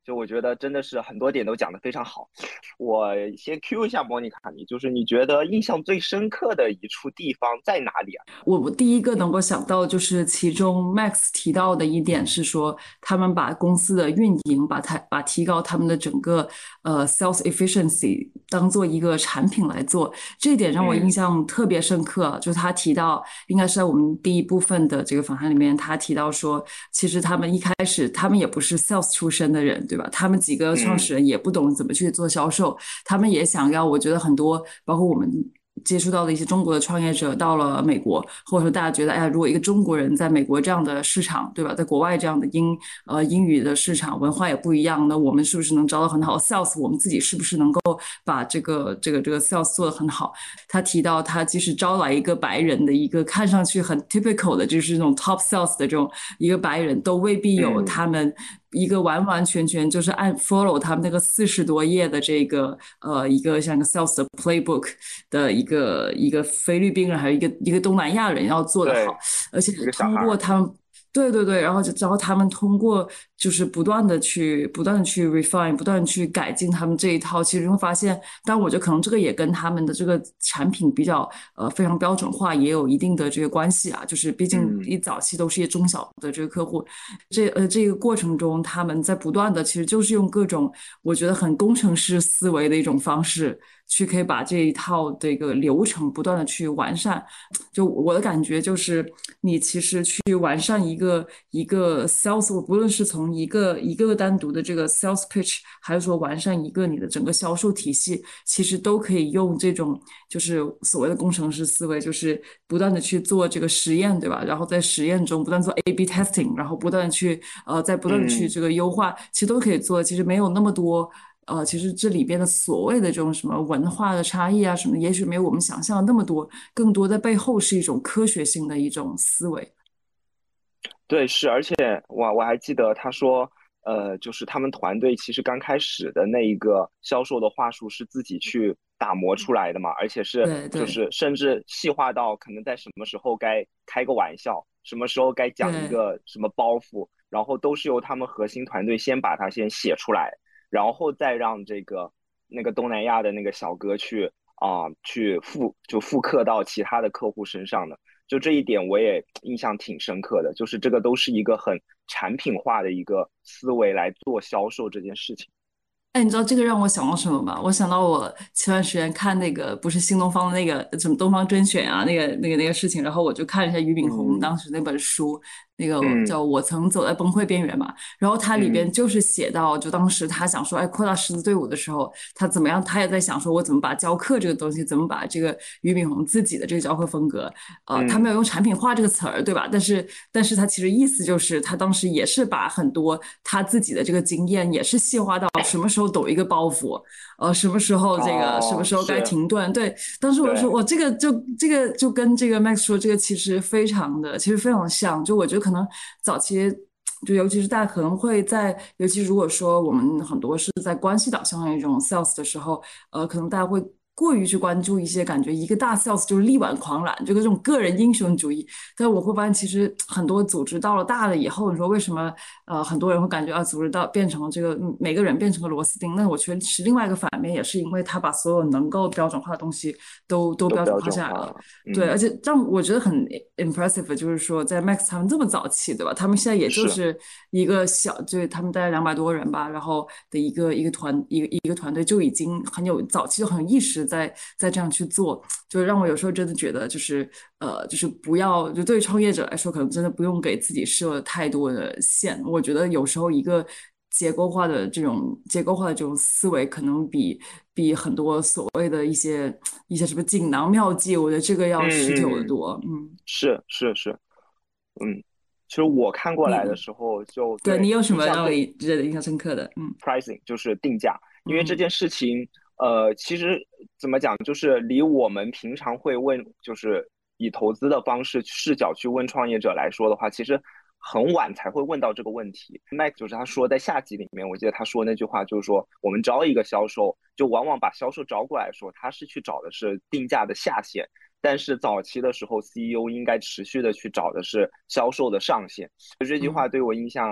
就我觉得真的是很多点都讲得非常好。我先 Q 一下莫妮卡，你就是你觉得印象最深刻的一处地方在哪里啊？ 我我第一个能够想到就是其中 Max 提到的一点是说，他们把公司的运营把它把提高他们的整个呃 sales efficiency 当做一个产品来做，这一点让我印象特别深刻。嗯、就是他提到，应该是在我们第一部分的这个访谈里面，他提到说，其实他们一开始他们也不是 sales 出身的人，对吧？他们几个创始人也不懂怎么去做销售，嗯、他们也想要，我觉得很多包括我们接触到的一些中国的创业者到了美国，或者说大家觉得，哎呀，如果一个中国人在美国这样的市场，对吧，在国外这样的英呃英语的市场文化也不一样，那我们是不是能招到很好的 sales？ 我们自己是不是能够把这个这个这个 sales 做得很好？他提到，他即使招来一个白人的一个看上去很 typical 的，就是那种 top sales 的这种一个白人，都未必有他们。一个完完全全就是按 follow 他们那个四十多页的这个呃一个像一个 sales 的 playbook 的一个一个菲律宾人还有一个一个东南亚人要做得好，而且通过他们。对对对，然后就然后他们通过就是不断的去不断的去 refine， 不断的去改进他们这一套，其实会发现，但我觉得可能这个也跟他们的这个产品比较呃非常标准化也有一定的这个关系啊，就是毕竟一早期都是一些中小的这个客户，嗯、这呃这个过程中他们在不断的其实就是用各种我觉得很工程师思维的一种方式。去可以把这一套这个流程不断的去完善，就我的感觉就是，你其实去完善一个一个 sales， 不论是从一个一个单独的这个 sales pitch， 还是说完善一个你的整个销售体系，其实都可以用这种就是所谓的工程师思维，就是不断的去做这个实验，对吧？然后在实验中不断做 A B testing， 然后不断的去呃，在不断的去这个优化，其实都可以做，其实没有那么多。呃，其实这里边的所谓的这种什么文化的差异啊什么，也许没有我们想象的那么多，更多在背后是一种科学性的一种思维。 对，是，而且我我还记得他说，呃，就是他们团队其实刚开始的那一个销售的话术是自己去打磨出来的嘛，而且是就是甚至细化到可能在什么时候该开个玩笑，什么时候该讲一个什么包袱，然后都是由他们核心团队先把它先写出来。然后再让这个那个东南亚的那个小哥去啊、呃、去复就复刻到其他的客户身上的，就这一点我也印象挺深刻的，就是这个都是一个很产品化的一个思维来做销售这件事情。 哎，你知道这个让我想到什么吗？我想到我前段时间看那个不是新东方的那个什么东方甄选啊，那个那个那个事情，然后我就看了一下俞敏洪当时那本书，那个叫《我曾走在崩溃边缘》嘛。然后它里边就是写到，就当时他想说，哎，扩大师资队伍的时候，他怎么样？他也在想说，我怎么把教课这个东西，怎么把这个俞敏洪自己的这个教课风格，呃，他没有用产品化这个词儿，对吧？但是，但是他其实意思就是，他当时也是把很多他自己的这个经验，也是细化到什么时候抖一个包袱，呃，什么时候这个、哦、什么时候该停顿。对，当时我就说，我这个就这个就跟这个 Max 说，这个其实非常的，其实非常像。就我觉得可能早期，就尤其是大家可能会在，尤其如果说我们很多是在关系导向的一种 sales 的时候，呃，可能大家会过于去关注一些感觉一个大 sales 就是力挽狂澜，这个这种个人英雄主义。但我会发现，其实很多组织到了大了以后，你说为什么呃很多人会感觉啊，组织到变成这个每个人变成个螺丝钉？那我觉得是另外一个反面，也是因为他把所有能够标准化的东西都都标准化下来了。嗯、对，而且让我觉得很 impressive， 就是说在 Max 他们这么早期，对吧？他们现在也就是一个小，就是他们大概两百多人吧，然后的一个一个团一个一个团队就已经很有早期就很有意识。在在这样去做，就让我有时候真的觉得，就是呃，就是不要，就对于创业者来说，可能真的不用给自己设太多的限。我觉得有时候一个结构化的这种结构化的这种思维，可能比比很多所谓的一些一些什么锦囊妙计，我觉得这个要持久的多。嗯， 嗯是是是，嗯，其实我看过来的时候就， 就对你有什么让你觉得印象深刻的？嗯 ，pricing 就是定价，因为这件事情。嗯呃，其实怎么讲，就是离我们平常会问，就是以投资的方式视角去问创业者来说的话，其实很晚才会问到这个问题。Max 就是他说在下集里面，我记得他说那句话就是说，我们招一个销售，就往往把销售招过来说，他是去找的是定价的下限。但是早期的时候 ，C E O 应该持续的去找的是销售的上限。这句话对我印象。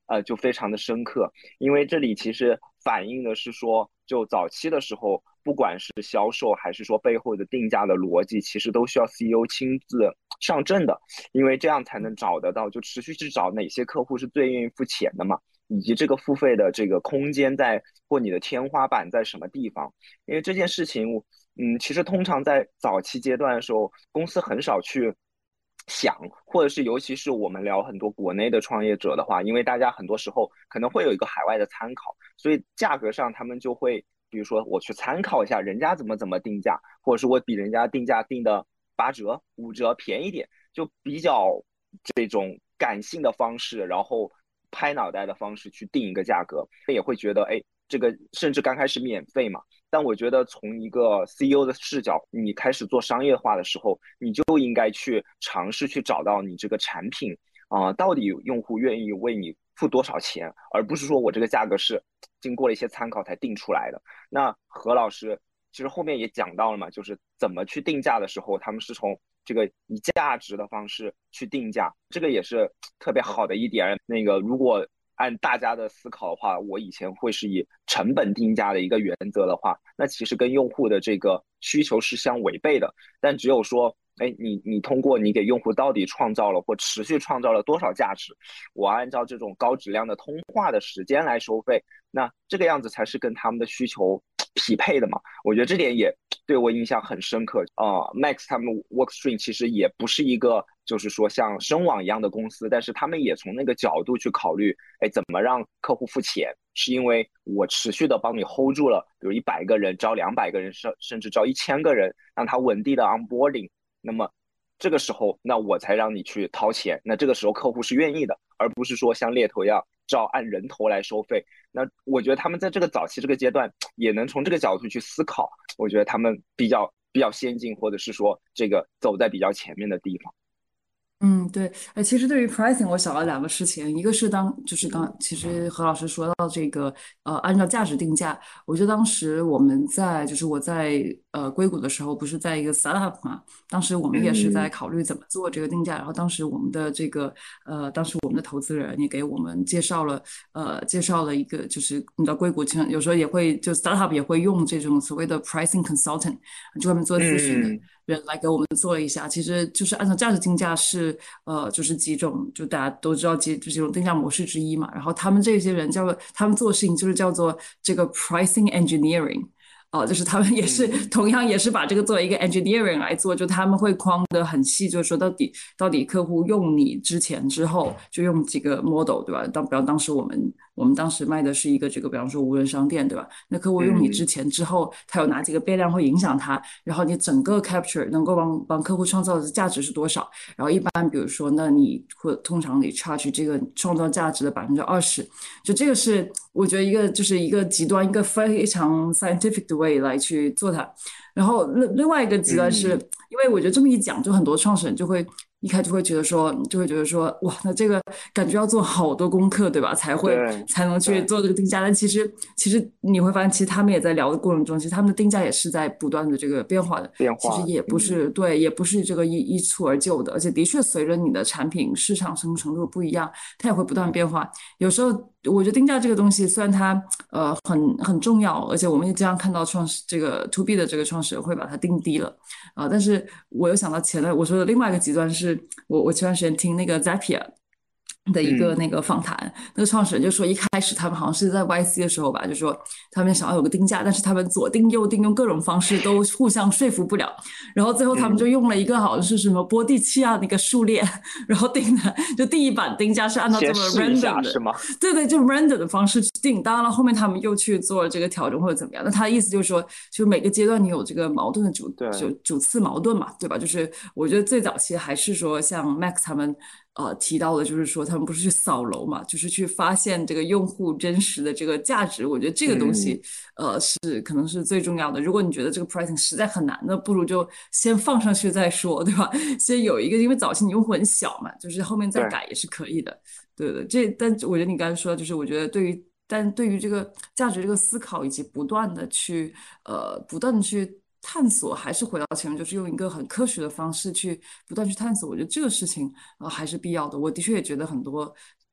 呃就非常的深刻，因为这里其实反映的是说，就早期的时候，不管是销售还是说背后的定价的逻辑，其实都需要 C E O 亲自上阵的，因为这样才能找得到，就持续去找哪些客户是最愿意付钱的嘛，以及这个付费的这个空间在或你的天花板在什么地方。因为这件事情，嗯，其实通常在早期阶段的时候，公司很少去想，或者是尤其是我们聊很多国内的创业者的话，因为大家很多时候可能会有一个海外的参考，所以价格上他们就会，比如说我去参考一下人家怎么怎么定价，或者是我比人家定价定的八折、五折便宜点，就比较这种感性的方式，然后拍脑袋的方式去定一个价格，也会觉得，哎，这个甚至刚开始免费嘛。但我觉得从一个 C E O 的视角，你开始做商业化的时候，你就应该去尝试去找到你这个产品啊、呃，到底用户愿意为你付多少钱，而不是说我这个价格是经过了一些参考才定出来的。那何老师其实后面也讲到了嘛，就是怎么去定价的时候，他们是从这个以价值的方式去定价，这个也是特别好的一点。那个如果按大家的思考的话，我以前会是以成本定价的一个原则的话，那其实跟用户的这个需求是相违背的。但只有说，哎，你你通过你给用户到底创造了或持续创造了多少价值，我按照这种高质量的通话的时间来收费，那这个样子才是跟他们的需求匹配的嘛。我觉得这点也对我印象很深刻啊、呃。Max 他们 Workstream 其实也不是一个就是说像声网一样的公司，但是他们也从那个角度去考虑，哎，怎么让客户付钱？是因为我持续的帮你 hold 住了，比如一百个人招两百个人，甚甚至招一千个人，让他稳定的 onboarding。那么这个时候，那我才让你去掏钱。那这个时候客户是愿意的，而不是说像猎头一样照按人头来收费。那我觉得他们在这个早期这个阶段，也能从这个角度去思考。我觉得他们比较比较先进，或者是说这个走在比较前面的地方。 嗯，对，哎，其实对于 pricing，我想了两个事情，一个是当就是刚，其实何老师说到这个，呃，按照价值定价，我觉得当时我们在就是我在呃硅谷的时候，不是在一个 startup 嘛，当时我们也是在考虑怎么做这个定价，然后当时我们的这个呃，当时我们的投资人也给我们介绍了呃介绍了一个，就是你知道硅谷经常有时候也会就 startup 也会用这种所谓的 pricing consultant，就外面做咨询的。 嗯人来给我们做了一下，其实就是按照价值定价是呃，就是几种，就大家都知道几这几种定价模式之一嘛。然后他们这些人叫做他们做的事情就是叫做这个 pricing engineering。哦，就是他们也是、 嗯、 同样也是把这个作为一个 engineering 来做，就他们会框得很细，就是说到底到底客户用你之前之后就用几个 model， 对吧？当比方当时我们我们当时卖的是一个这个，比方说无人商店，对吧？那客户用你之前之后，他有哪几个变量会影响他？然后你整个 capture 能够帮帮客户创造的价值是多少？然后一般比如说，那你会通常你 charge 这个创造价值的百分之二十，就这个是我觉得一个就是一个极端，一个非常 scientific 的way来去做它。然后另另外一个极端是、嗯、因为我觉得这么一讲，就很多创始人就会一开始就会觉得说，就会觉得说，哇，那这个感觉要做好多功课，对吧？才会才能去做这个定价。但其实其实你会发现，其实他们也在聊的过程中，其实他们的定价也是在不断的这个变化的。 变化其实也不是、嗯、对，也不是这个一一蹴而就的，而且的确随着你的产品市场生程度不一样，它也会不断变化。有时候我觉得定价这个东西，虽然它呃很很重要，而且我们也经常看到创始这个 to B 的这个创始人会把它定低了啊、呃，但是我又想到前面我说的另外一个极端是。我我前段时间听那个 Zapier 的一个那个访谈、嗯，那个创始人就说，一开始他们好像是在 Y C 的时候吧，就说他们想要有个定价，但是他们左定右定，用各种方式都互相说服不了，然后最后他们就用了一个好像是什么波蒂契亚那个数列，然后定的就第一版定价是按照这么 random 的， 是吗？ 对对，就 random 的方式去定。当然了，后面他们又去做了这个调整或者怎么样。那他的意思就是说，就每个阶段你有这个矛盾的主就主次矛盾嘛，对吧？就是我觉得最早期还是说像 Max 他们。呃，提到的就是说，他们不是去扫楼嘛，就是去发现这个用户真实的这个价值。我觉得这个东西，嗯、呃，是可能是最重要的。如果你觉得这个 pricing 实在很难，那不如就先放上去再说，对吧？先有一个，因为早期你用户很小嘛，就是后面再改也是可以的。对的，这但我觉得你刚才说，就是我觉得对于，但对于这个价值这个思考以及不断的去，呃，不断的去。探索还是回到前面，就是用一个很科学的方式去不断去探索。我觉得这个事情呃还是必要的。我的确也觉得很多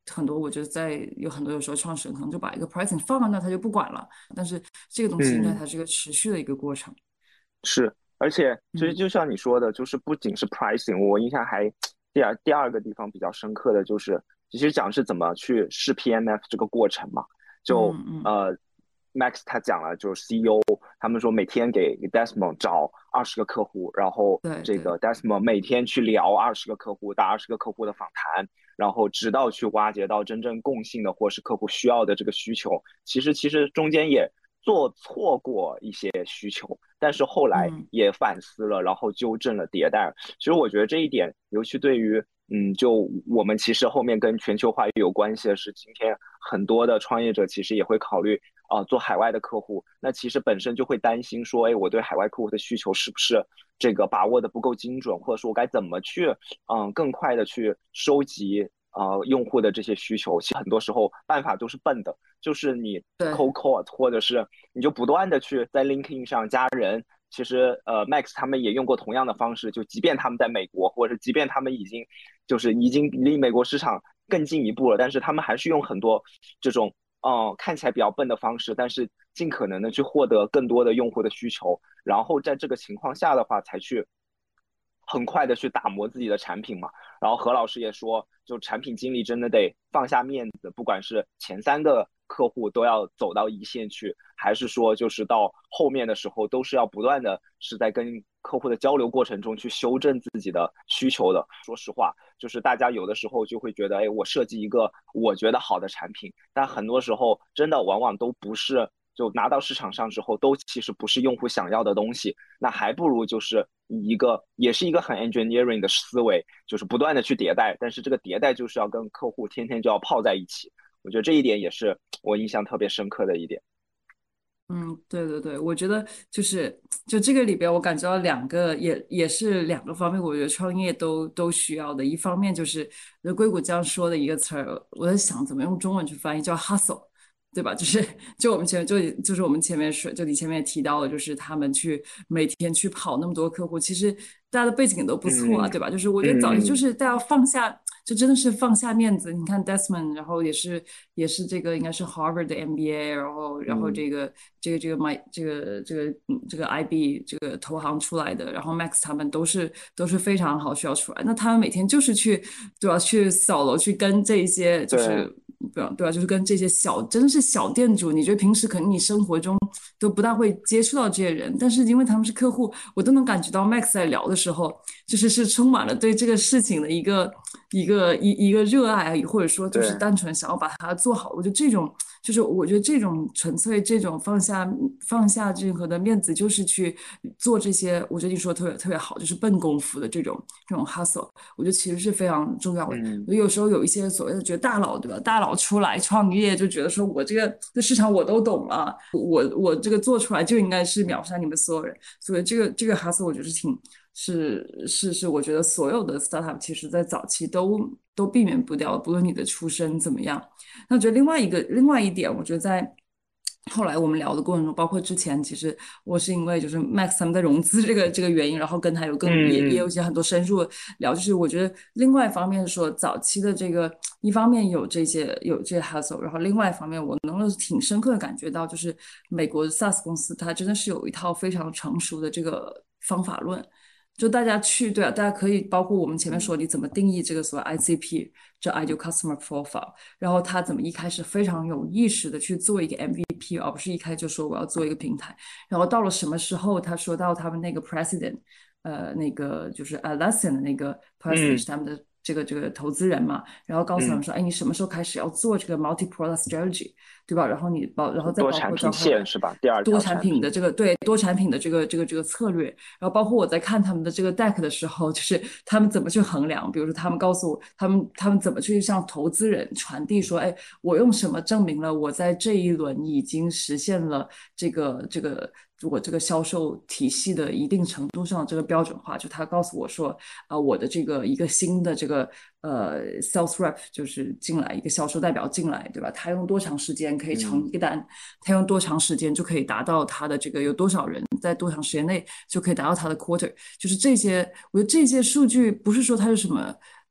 很多我觉得在有很多有时候创始人可能就把一个 pricing 放在那他就不管了，但是这个东西应该嗯， 它是一个持续的一个过程。 是，而且其实嗯就像你说的，就是不仅是 pricing，我印象还第二第二个地方比较深刻的就是，其实讲是怎么去试 P M F 这个过程嘛。就嗯嗯， 呃，Max 他讲了，就是 C E O 他们说每天给 Desmond 找二十个客户，然后对对， 这个 Desmond 每天去聊二十个客户，打二十个客户的访谈，然后直到去挖掘到真正共性的或是客户需要的这个需求。其实其实中间也做错过一些需求，但是后来嗯也反思了，然后纠正了迭代。其实我觉得这一点，尤其对于嗯，就我们其实后面跟全球化有关系的是，今天很多的创业者其实也会考虑啊、呃做海外的客户，那其实本身就会担心说，哎，我对海外客户的需求是不是这个把握的不够精准，或者说我该怎么去嗯更快的去收集。呃，用户的这些需求，其实很多时候办法都是笨的，就是你对 cold call 或者是你就不断的去在 LinkedIn 上加人。其实呃，Max 他们也用过同样的方式，就即便他们在美国，或者是即便他们已经就是已经离美国市场更进一步了，但是他们还是用很多这种嗯、呃看起来比较笨的方式，但是尽可能的去获得更多的用户的需求，然后在这个情况下的话，才去很快的去打磨自己的产品嘛。然后何老师也说，就产品经理真的得放下面子，不管是前三个客户都要走到一线去，还是说就是到后面的时候，都是要不断的是在跟客户的交流过程中去修正自己的需求的。说实话，就是大家有的时候就会觉得，哎，我设计一个我觉得好的产品，但很多时候真的往往都不是。就拿到市场上之后，都其实不是用户想要的东西，那还不如就是以一个也是一个很 engineering 的思维，就是不断的去迭代，但是这个迭代就是要跟客户天天就要泡在一起。我觉得这一点也是我印象特别深刻的一点。 嗯，对对对，我觉得就是就这个里边，我感觉到两个也也是两个方面，我觉得创业都都需要的。一方面就是硅谷这样说的一个词儿，我在想怎么用中文去翻译，叫 hustle。对吧？就是就我们前面就就是我们前面说，就你前面也提到了，就是他们去每天去跑那么多客户，其实大家的背景也都不错啊， 嗯对吧？就是我觉得早期就嗯， 是大家放下，就真的是放下面子。你看 Desmond，然后也是也是这个应该是 Harvard 的 M B A，然后然后嗯这个这个这个 my 这个这个嗯这个 I B 这个投行出来的，然后 Max 他们都是都是非常好需要出来，那他们每天就是去对吧？去扫楼去跟这一些就对是。对吧？对吧？就是跟这些小，真的是小店主，你觉得平时可能你生活中都不大会接触到这些人，但是因为他们是客户，我都能感觉到 Max 在聊的时候，就是是充满了对这个事情的一个一个一一个热爱，或者说就是对， 单纯想要把它做好。我觉得这种就是我觉得这种纯粹这种放下放下任何的面子，就是去做这些。我觉得你说的特别特别好，就是笨功夫的这种这种 hustle，我觉得其实是非常重要的。 嗯我有时候有一些所谓的觉得大佬，对吧？大佬出来创业就觉得说我这个这市场我都懂了，我我这个做出来就应该是秒杀你们所有人。所以这个这个 hustle 我觉得是挺是是是，我觉得所有的 startup 其实在早期都都避免不掉，不论你的出身怎么样。那我觉得另外一个另外一点，我觉得在后来我们聊的过程中，包括之前，其实我是因为就是 Max 他们在融资这个这个原因，然后跟他有更也也有嗯嗯一些很多深入的聊，就是我觉得另外一方面说，早期的这个一方面有这些有这些 hustle，然后另外一方面我能够挺深刻的感觉到，就是美国的 SaaS 公司它真的是有一套非常成熟的这个方法论。就大家去，对啊，大家可以包括我们前面说你怎么定义这个所谓 I C P，这 Ideal Customer Profile，然后他怎么一开始非常有意识的去做一个 M V P，而不是一开始就说我要做一个平台，然后到了什么时候，他说到他们那个 President，呃，那个就是 Atlassian 的那个 President 是嗯他们的这个这个投资人嘛，然后告诉他们嗯， 说，哎，你什么时候开始要做这个 Multi-Product Strategy，对吧？然后你包，然后再多产品包括到后来。 线是吧？第二多产条产品。 品的这个对多产品的这个这个这个策略，然后包括我在看他们的这个 deck 的时候，就是他们怎么去衡量，比如说他们告诉我，他们他们怎么去向投资人传递说，哎，我用什么证明了我在这一轮已经实现了这个这个我这个销售体系的一定程度上的这个标准化，就他告诉我说，啊、呃，我的这个一个新的这个呃 sales rep 就是进来一个销售代表进来，对吧？他用多长时间可以成一个单？他用多长时间就可以达到他的这个有多少人在多长时间内就可以达到他的 quarter？就是这些，我觉得这些数据不是说它是什么。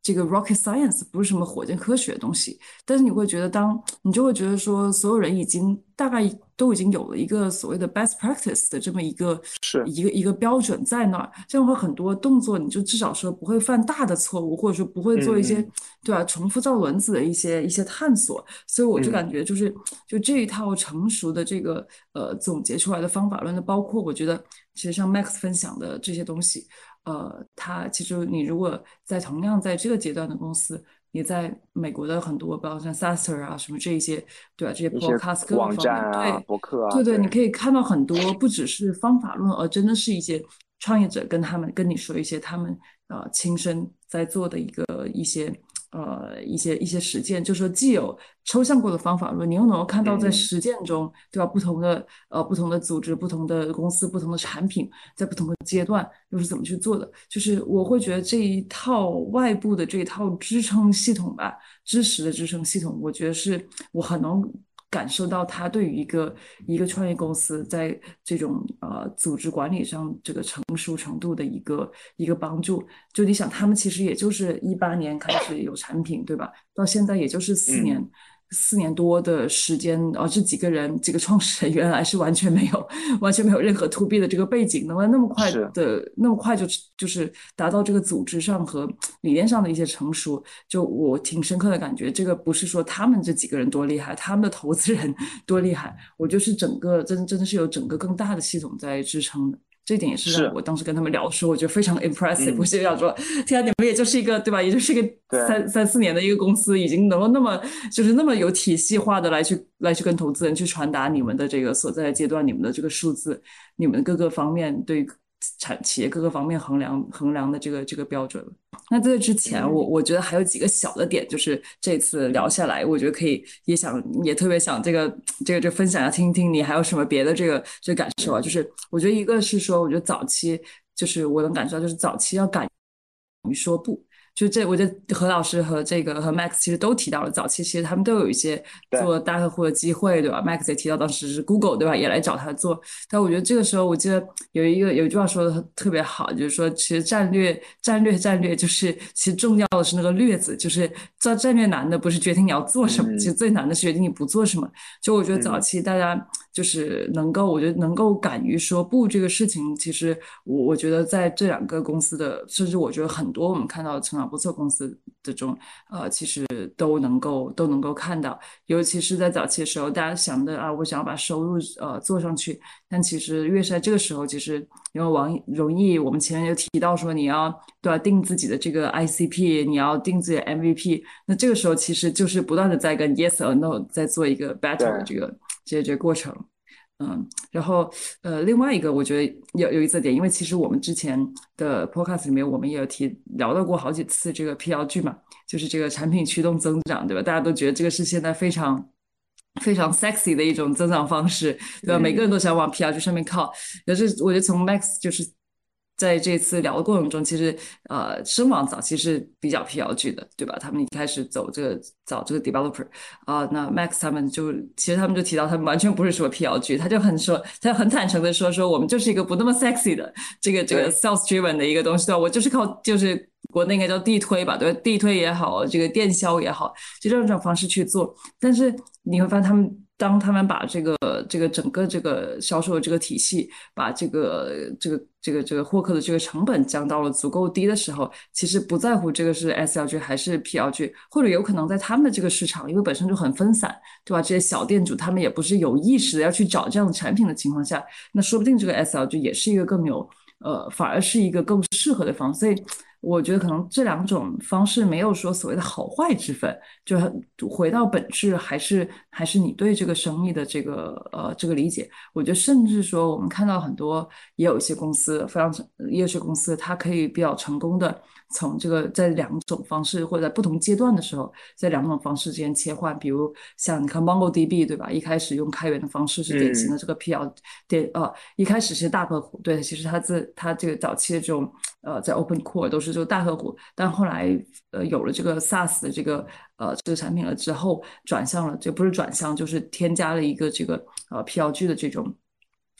这个 rocket science 不是什么火箭科学的东西，但是你会觉得当你就会觉得说所有人已经大概都已经有了一个所谓的 best practice 的这么一个是一个一个标准在那儿，这样会很多动作你就至少说不会犯大的错误，或者说不会做一些、 嗯、 对吧、啊、重复造轮子的一些一些探索，所以我就感觉就是、嗯、就这一套成熟的这个呃总结出来的方法论的，包括我觉得其实像 Max 分享的这些东西。呃，它其实你如果在同样在这个阶段的公司，你在美国的很多，包括像 S A S T R 啊什么这一些，对吧、啊？这些 podcast 各个方面， 啊、 对， 博客啊， 对对， 对， 你可以看到很多不只是方法论，而真的是一些创业者跟他们跟你说一些他们呃亲身在做的一个一些。呃，一些一些实践，就是说既有抽象过的方法论，你又能够看到在实践中，嗯、对吧？不同的呃不同的组织、不同的公司、不同的产品，在不同的阶段又是怎么去做的？就是我会觉得这一套外部的这一套支撑系统吧，知识的支撑系统，我觉得是我很能感受到它对于一个一个创业公司在这种呃组织管理上这个成熟程度的一个一个帮助。就你想，他们其实也就是一八年开始有产品，对吧？到现在也就是四年。嗯四年多的时间，啊，这几个人，几个创始人原来是完全没有、完全没有任何 to B 的这个背景，能够那么快的、那么快就就是达到这个组织上和理念上的一些成熟，就我挺深刻的感觉，这个不是说他们这几个人多厉害，他们的投资人多厉害，我就是整个真真的是有整个更大的系统在支撑的。这点也是让我当时跟他们聊的时候，我觉得非常 impressive、嗯。我就想说，天啊，你们也就是一个对吧？也就是一个三三四年的一个公司，已经能够那么就是那么有体系化的来去来去跟投资人去传达你们的这个所在阶段、你们的这个数字、你们各个方面对产企业各个方面衡量衡量的这个这个标准。那在这之前，我我觉得还有几个小的点，就是这次聊下来，我觉得可以也想也特别想这个这个这分享一下，听听你还有什么别的这个这个感受啊？就是我觉得一个是说，我觉得早期就是我能感受到，就是早期要敢于说不。就这，我觉得何老师和这个和 Max 其实都提到了，早期其实他们都有一些做大客户的机会，对吧 ？Max 也提到当时是 Google 对吧，也来找他做。但我觉得这个时候，我记得有一个有一句话说的特别好，就是说其实战略战略战略就是其实重要的是那个略字，就是做战略难的不是决定你要做什么，嗯、其实最难的是决定你不做什么。就我觉得早期大家就是能够，我觉得能够敢于说不这个事情，其实我我觉得在这两个公司的，甚至我觉得很多我们看到的成长不错公司这种，呃，其实都能够都能够看到，尤其是在早期的时候，大家想的啊，我想要把收入呃做上去，但其实越是在这个时候，其实因为王容易，我们前面就提到说你要对吧、啊，定自己的这个 I C P， 你要定自己的 M V P， 那这个时候其实就是不断的在跟 yes or no 在做一个 battle 的这个这这个过程。嗯，然后呃，另外一个我觉得有有一个点，因为其实我们之前的 podcast 里面我们也有提聊到过好几次这个 P L G 嘛，就是这个产品驱动增长，对吧？大家都觉得这个是现在非常非常 sexy 的一种增长方式，对吧？嗯、每个人都想往 P L G 上面靠。可是我觉得从 Max 就是在这次聊的过程中，其实呃，声网早期是比较 P L G 的，对吧？他们一开始走这个找这个 developer 啊、呃，那 Max 他们就其实他们就提到，他们完全不是说 P L G， 他就很说，他很坦诚的说，说我们就是一个不那么 sexy 的这个这个 sales driven 的一个东西，对吧？我就是靠就是国内应该叫地推吧，对吧？地推也好，这个电销也好，就这种方式去做，但是你会发现他们。当他们把这个这个整个这个销售的这个体系，把这个这个这个这个获客的这个成本降到了足够低的时候，其实不在乎这个是 S L G 还是 P L G， 或者有可能在他们的这个市场，因为本身就很分散，对吧？这些小店主他们也不是有意识的要去找这样的产品的情况下，那说不定这个 S L G 也是一个更有呃，反而是一个更适合的方式。所以我觉得可能这两种方式没有说所谓的好坏之分，就回到本质，还是还是你对这个生意的这个呃这个理解。我觉得甚至说我们看到很多也有一些公司非常业界公司，它可以比较成功的从这个在两种方式或者在不同阶段的时候，在两种方式之间切换。比如像你看 MongoDB 对吧？一开始用开源的方式是典型的这个 P L， 对、嗯、呃，一开始是大客户，对，其实它自它这个早期的这种呃在 Open Core 都是这个大客户，但后来呃有了这个 SaaS 的这个呃这个产品了之后，转向了，这不是转向，就是添加了一个这个呃 P L G 的这种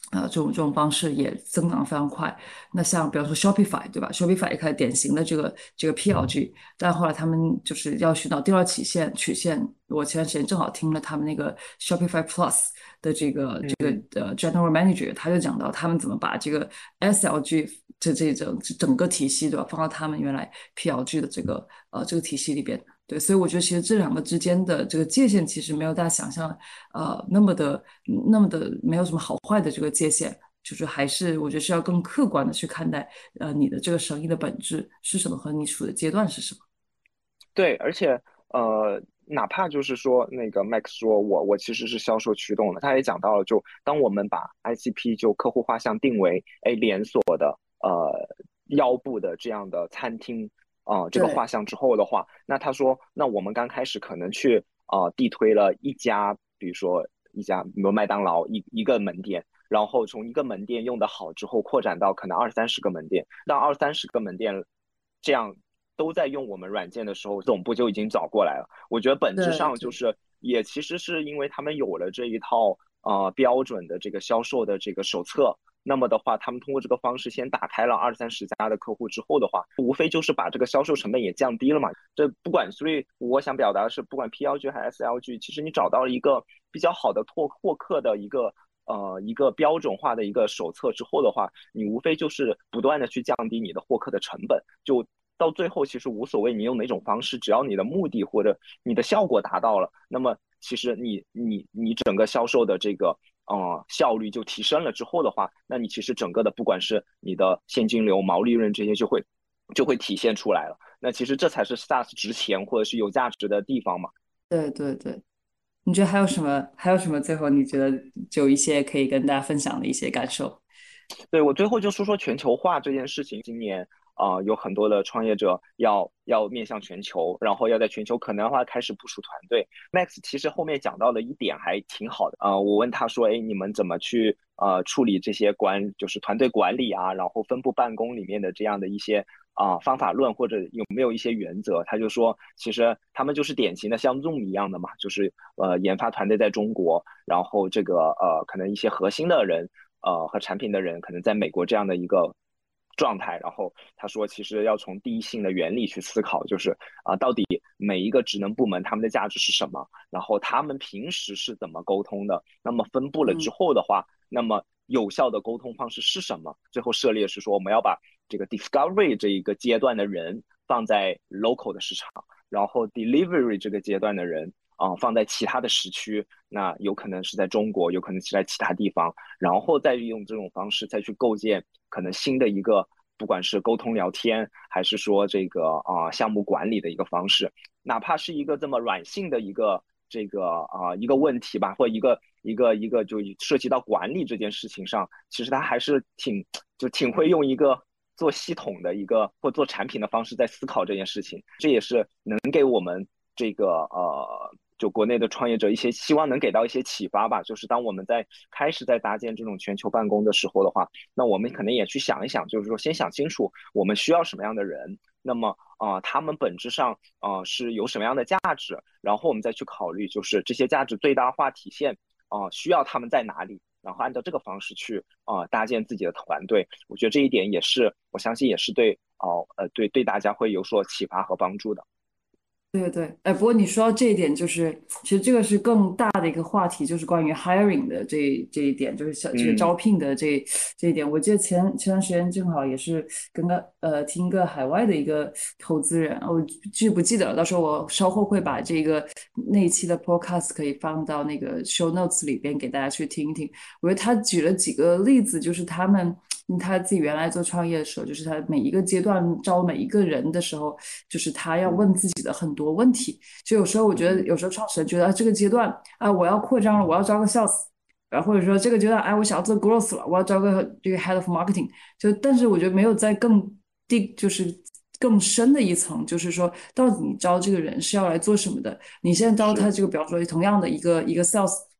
呃，这种这种方式也增长得非常快。那像比方说 Shopify， 对吧？Shopify 一开始典型的这个这个 P L G，但后来他们就是要寻找第二曲线曲线。我前段时间正好听了他们那个 Shopify Plus 的这个这个呃 General Manager，他就讲到他们怎么把这个 S L G 这这整整个体系，对吧，放到他们原来 P L G 的这个呃这个体系里边。对，所以我觉得其实这两个之间的这个界限其实没有大家想象呃那么的那么的没有什么好坏的这个界限，就是还是我觉得是要更客观的去看待呃你的这个生意的本质是什么和你处的阶段是什么。 对，而且呃，哪怕就是说那个 Max 说我我其实是销售驱动的，他也讲到了，就当我们把 I C P 就客户画像定为哎连锁的呃腰部的这样的餐厅啊、呃、这个对画像之后的话，那他说那我们刚开始可能去呃地推了一家，比如说一家比如麦当劳一一个门店。然后从一个门店用的好之后，扩展到可能二三十个门店，让二三十个门店这样都在用我们软件的时候，总部就已经找过来了。我觉得本质对对上就是也其实是因为他们有了这一套呃标准的这个销售的这个手册。那么的话，他们通过这个方式先打开了二三十家的客户之后的话，无非就是把这个销售成本也降低了嘛。这不管，所以我想表达的是，不管 P L G 还是 S L G，其实你找到了一个比较好的拓获客的一个呃一个标准化的一个手册之后的话，你无非就是不断的去降低你的获客的成本，就到最后其实无所谓你用哪种方式，只要你的目的或者你的效果达到了，那么其实你你你整个销售的这个呃效率就提升了之后的话，那你其实整个的不管是你的现金流、毛利润这些就会就会体现出来了。那其实这才是 SaaS 值钱或者是有价值的地方嘛。 对对对，你觉得还有什么还有什么最后你觉得就有一些可以跟大家分享的一些感受？ 对，我最后就说说全球化这件事情。今年啊、呃有很多的创业者要要面向全球，然后要在全球可能的话开始部署团队。Max 其实后面讲到了一点还挺好的啊、呃我问他说，哎，你们怎么去呃处理这些管就是团队管理啊，然后分布办公里面的这样的一些啊、呃方法论或者有没有一些原则？他就说，其实他们就是典型的像 Zoom 一样的嘛，就是呃研发团队在中国，然后这个呃可能一些核心的人。呃和产品的人可能在美国这样的一个状态，然后他说其实要从第一性的原理去思考，就是啊、呃到底每一个职能部门他们的价值是什么，然后他们平时是怎么沟通的，那么分布了之嗯后的话，那么有效的沟通方式是什么？最后涉猎是说我们要把这个 discovery 这一个阶段的人放在 local 的市场，然后 delivery 这个阶段的人啊、呃放在其他的时区，那有可能是在中国，有可能是在其他地方，然后再用这种方式再去构建可能新的一个，不管是沟通聊天，还是说这个啊、呃、项目管理的一个方式，哪怕是一个这么软性的一个这个啊、呃、一个问题吧，或一个一个一个就涉及到管理这件事情上，其实他还是挺就挺会用一个。做系统的一个或做产品的方式在思考这件事情，这也是能给我们这个呃，就国内的创业者一些希望能给到一些启发吧。就是当我们在开始在搭建这种全球办公的时候的话，那我们可能也去想一想，就是说先想清楚我们需要什么样的人，那么啊、呃，他们本质上啊、呃、是有什么样的价值，然后我们再去考虑，就是这些价值最大化体现啊、呃、需要他们在哪里。然后按照这个方式去啊、呃、搭建自己的团队，我觉得这一点也是我相信也是对哦呃对对大家会有所启发和帮助的。 对对，哎，不过你说到这一点，就是其实这个是更大的一个话题，就是关于 hiring 的这这一点，就是小这个招嗯聘的这这一点。我记得前前段时间正好也是跟个呃听一个海外的一个投资人，我记不记得了，到时候我稍后会把这个那一期的 podcast 可以放到那个 show notes 里边给大家去听一听。我觉得他举了几个例子，就是他们他自己原来做创业的时候，就是他每一个阶段招每一个人的时候，就是他要问自己的很多问题。就有时候我觉得，有时候创始人觉得、啊、这个阶段啊，我要扩张了，我要招个 sales。然后或者说这个阶段，哎，我想要做 growth 了，我要招个这个 head of marketing。就但是我觉得没有在更低，就是更深的一层，就是说到底你招这个人是要来做什么的？你现在招他这个，比方说同样的一个一个 sales。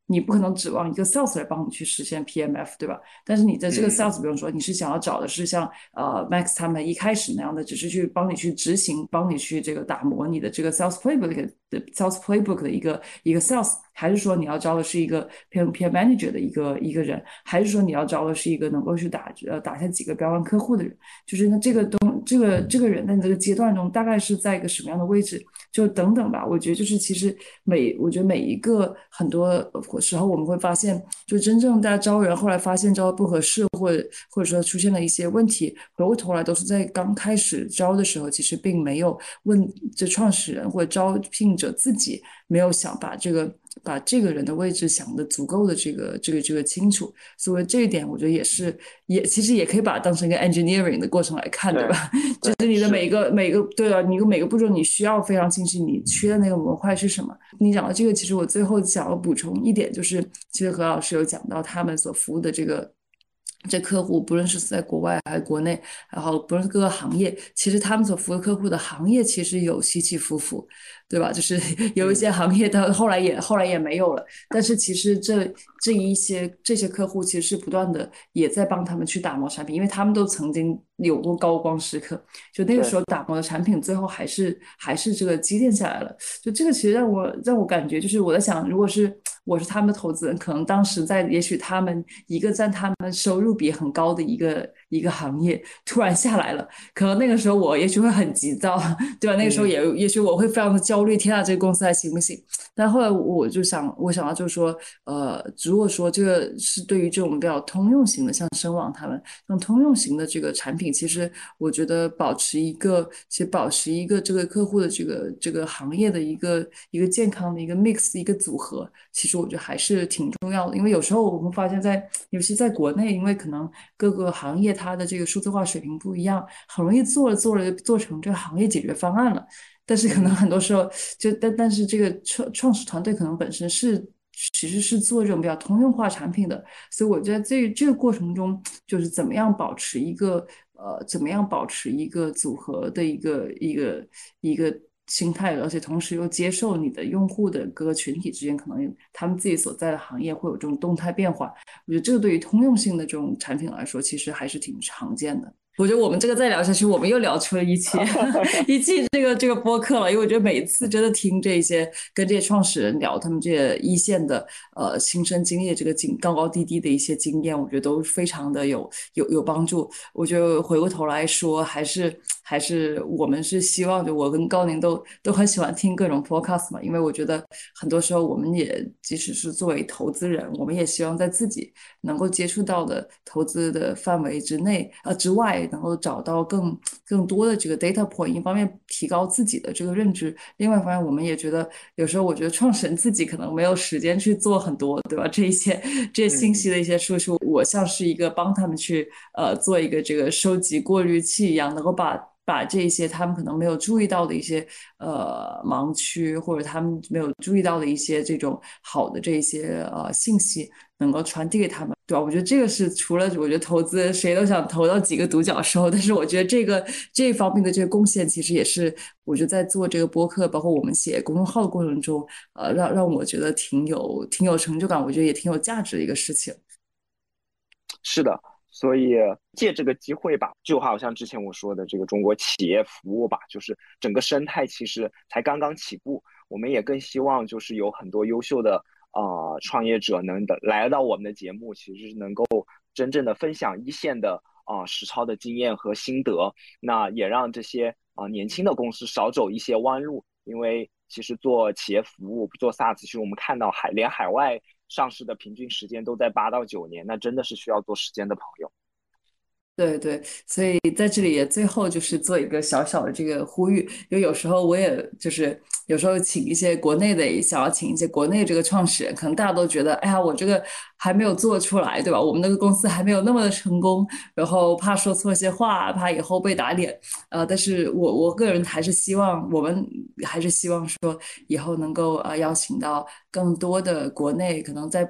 你不可能指望一个 sales 来帮你去实现 P M F， 对吧？但是你的这个 sales，、嗯、比如说你是想要找的是像呃 Max 他们一开始那样的，只是去帮你去执行，帮你去这个打磨你的这个 sales playbook 的 sales playbook 的一个一个 sales， 还是说你要招的是一个 P M P M manager 的一个一个人，还是说你要招的是一个能够去打呃打下几个标杆客户的人？就是那这个东这个这个人在你这个阶段中大概是在一个什么样的位置？就等等吧。我觉得就是其实每我觉得每一个很多时候我们会发现，就真正大家招人，后来发现招不合适，或者或者说出现了一些问题，回过头来都是在刚开始招的时候，其实并没有问这创始人或者招聘者自己没有想把这个。把这个人的位置想得足够的这个这个这个清楚，所以这一点我觉得也是也其实也可以把它当成一个 engineering 的过程来看， 对, 对吧？就是你的每一个每一个对了，你每个步骤你需要非常清晰你缺的那个模块是什么。你讲到这个，其实我最后想要补充一点，就是其实何老师有讲到他们所服务的这个。这客户不论是在国外还是国内，然后不论是各个行业，其实他们所服务客户的行业其实有起起伏伏，对吧？就是有一些行业它后来也、嗯、后来也没有了，但是其实这这一些这些客户其实是不断的也在帮他们去打磨产品，因为他们都曾经有过高光时刻，就那个时候打磨的产品最后还是还是这个积淀下来了。就这个其实让我让我感觉就是我在想，如果是我是他们的投资人，可能当时在也许他们一个占他们收入比很高的一个一个行业突然下来了，可能那个时候我也许会很急躁，对吧？那个时候也、嗯、也许我会非常的焦虑，天啊，这个公司还行不行？但后来我就想，我想到就是说，呃，如果说这个是对于这种比较通用型的，像声网他们这种通用型的这个产品，其实我觉得保持一个，其实保持一个这个客户的这个这个行业的一个一个健康的一个 mix 一个组合，其实我觉得还是挺重要的。因为有时候我们发现在，尤其在国内，因为可能各个行业它的这个数字化水平不一样，很容易做了做了做成这个行业解决方案了。但是可能很多时候就但但是这个创创始团队可能本身是其实是做这种比较通用化产品的，所以我觉得这这个过程中就是怎么样保持一个呃怎么样保持一个组合的一个一个一个心态，而且同时又接受你的用户的各个群体之间可能他们自己所在的行业会有这种动态变化，我觉得这个对于通用性的这种产品来说其实还是挺常见的。我觉得我们这个再聊下去，我们又聊出了一期一期这个这个播客了，因为我觉得每一次真的听这些跟这些创始人聊他们这些一线的呃亲身经历的这个经高高低低的一些经验，我觉得都非常的有有有帮助。我觉得回过头来说，还是还是我们是希望，就我跟高宁都都很喜欢听各种 podcast 嘛，因为我觉得很多时候我们也即使是作为投资人，我们也希望在自己能够接触到的投资的范围之内呃之外。能够找到更更多的这个 data point， 一方面提高自己的这个认知，另外一方面我们也觉得有时候我觉得创始人自己可能没有时间去做很多，对吧？这一些这些信息的一些输出，我像是一个帮他们去呃做一个这个收集过滤器一样，能够把把这些他们可能没有注意到的一些呃盲区，或者他们没有注意到的一些这种好的这些呃信息，能够传递给他们，对吧？我觉得这个是除了我觉得投资谁都想投到几个独角兽，但是我觉得这个这方面的这个贡献，其实也是我觉得在做这个播客，包括我们写公众号的过程中，呃，让让我觉得挺有挺有成就感，我觉得也挺有价值的一个事情。 是的。所以借这个机会吧，就好像之前我说的这个中国企业服务吧，就是整个生态其实才刚刚起步，我们也更希望就是有很多优秀的呃创业者能的来到我们的节目，其实是能够真正的分享一线的啊、呃、实操的经验和心得，那也让这些啊、呃、年轻的公司少走一些弯路，因为其实做企业服务做 SaaS， 其实我们看到海连海外上市的平均时间都在八到九年，那真的是需要做时间的朋友。 对对，所以在这里也最后就是做一个小小的这个呼吁，因为有时候我也就是有时候请一些国内的，想要请一些国内这个创始人，可能大家都觉得，哎呀，我这个还没有做出来，对吧？我们那个公司还没有那么的成功，然后怕说错些话，怕以后被打脸，呃，但是我我个人还是希望，我们还是希望说以后能够呃邀请到更多的国内可能在不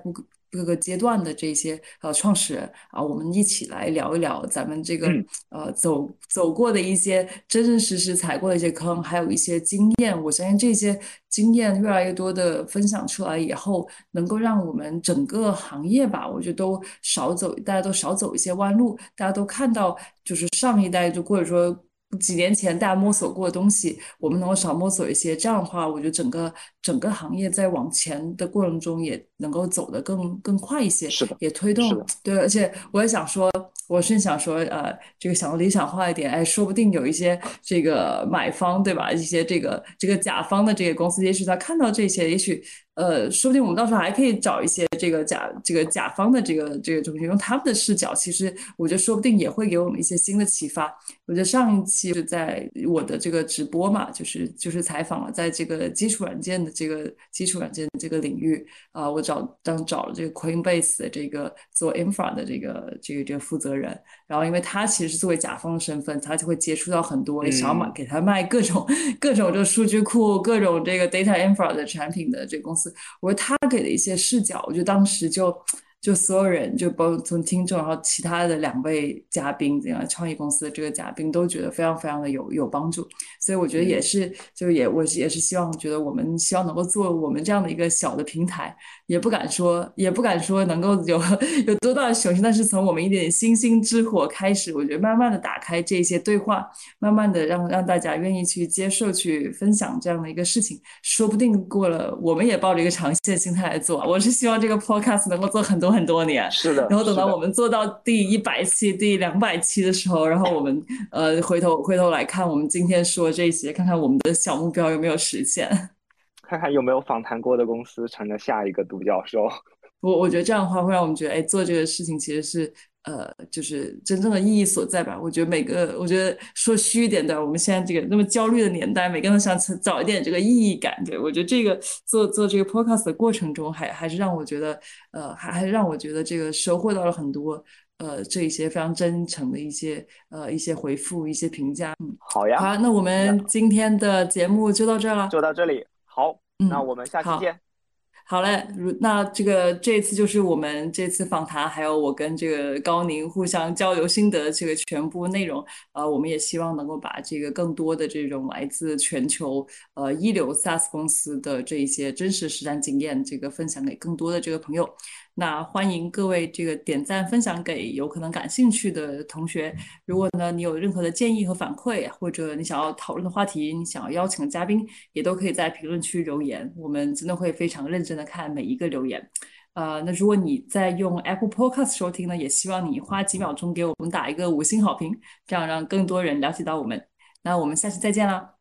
各个阶段的这些呃创始人啊，我们一起来聊一聊咱们这个、 嗯、 呃走走过的一些真真实实踩过的一些坑，还有一些经验。我相信这些经验越来越多的分享出来以后，能够让我们整个行业吧，我觉得都少走，大家都少走一些弯路，大家都看到就是上一代就或者说几年前大家摸索过的东西，我们能够少摸索一些，这样的话，我觉得整个整个行业在往前的过程中也能够走得更更快一些， 是的， 也推动对，而且我也想说。我是想说，呃，这个想要理想化一点，哎，说不定有一些这个买方，对吧？一些这个这个甲方的这个公司，也许他看到这些，也许呃，说不定我们到时候还可以找一些这个甲这个甲方的这个这个东西，用他们的视角，其实我觉得说不定也会给我们一些新的启发。我觉得上一期是在我的这个直播嘛，就是就是采访了在这个基础软件的这个基础软件这个领域啊、呃，我找当找了这个 Coinbase 的这个做 infra 的这个这个这个负责人，然后因为他其实是作为甲方的身份，他就会接触到很多想要买给他卖各种各种这个数据库、各种这个 data infra 的产品的这个公司。我觉得他给的一些视角，我觉得当时就就所有人，就包括从听众，然后其他的两位嘉宾，这样创业公司的这个嘉宾都觉得非常非常的有有帮助。所以我觉得也是，就也我也是希望，觉得我们希望能够做我们这样的一个小的平台，也不敢说，也不敢说能够有有多大的雄心，但是从我们一点点星星之火开始，我觉得慢慢的打开这些对话，慢慢的让让大家愿意去接受、去分享这样的一个事情，说不定过了，我们也抱着一个长线心态来做。我是希望这个 podcast 能够做很多很多年， 是的。 然后等到我们做到第一百期、第两百期的时候，然后我们呃回头回头来看我们今天说这些，看看我们的小目标有没有实现， 看看有没有访谈过的公司成了下一个独角兽。 我我觉得这样的话会让我们觉得，哎，做这个事情其实是呃，就是真正的意义所在吧。我觉得每个，我觉得说虚一点的，我们现在这个那么焦虑的年代，每个人都想找一点这个意义感。对，我觉得这个做做这个 podcast 的过程中还，还还是让我觉得，呃，还还让我觉得这个收获到了很多，呃，这一些非常真诚的一些呃一些回复、一些评价。嗯， 好呀， 好，那我们今天的节目就到这了， 就到这里。好， 嗯， 那我们下期见。 好嘞，如那这个这一次就是我们这次访谈，还有我跟这个高宁互相交流心得的这个全部内容。呃，我们也希望能够把这个更多的这种来自全球呃一流 SaaS 公司的这一些真实实战经验，这个分享给更多的这个朋友。那欢迎各位这个点赞分享给有可能感兴趣的同学。如果呢你有任何的建议和反馈，或者你想要讨论的话题，你想要邀请的嘉宾，也都可以在评论区留言，我们真的会非常认真的看每一个留言。呃，那如果你在用 Apple Podcast 收听呢，也希望你花几秒钟给我们打一个五星好评，这样让更多人了解到我们。那我们下期再见啦。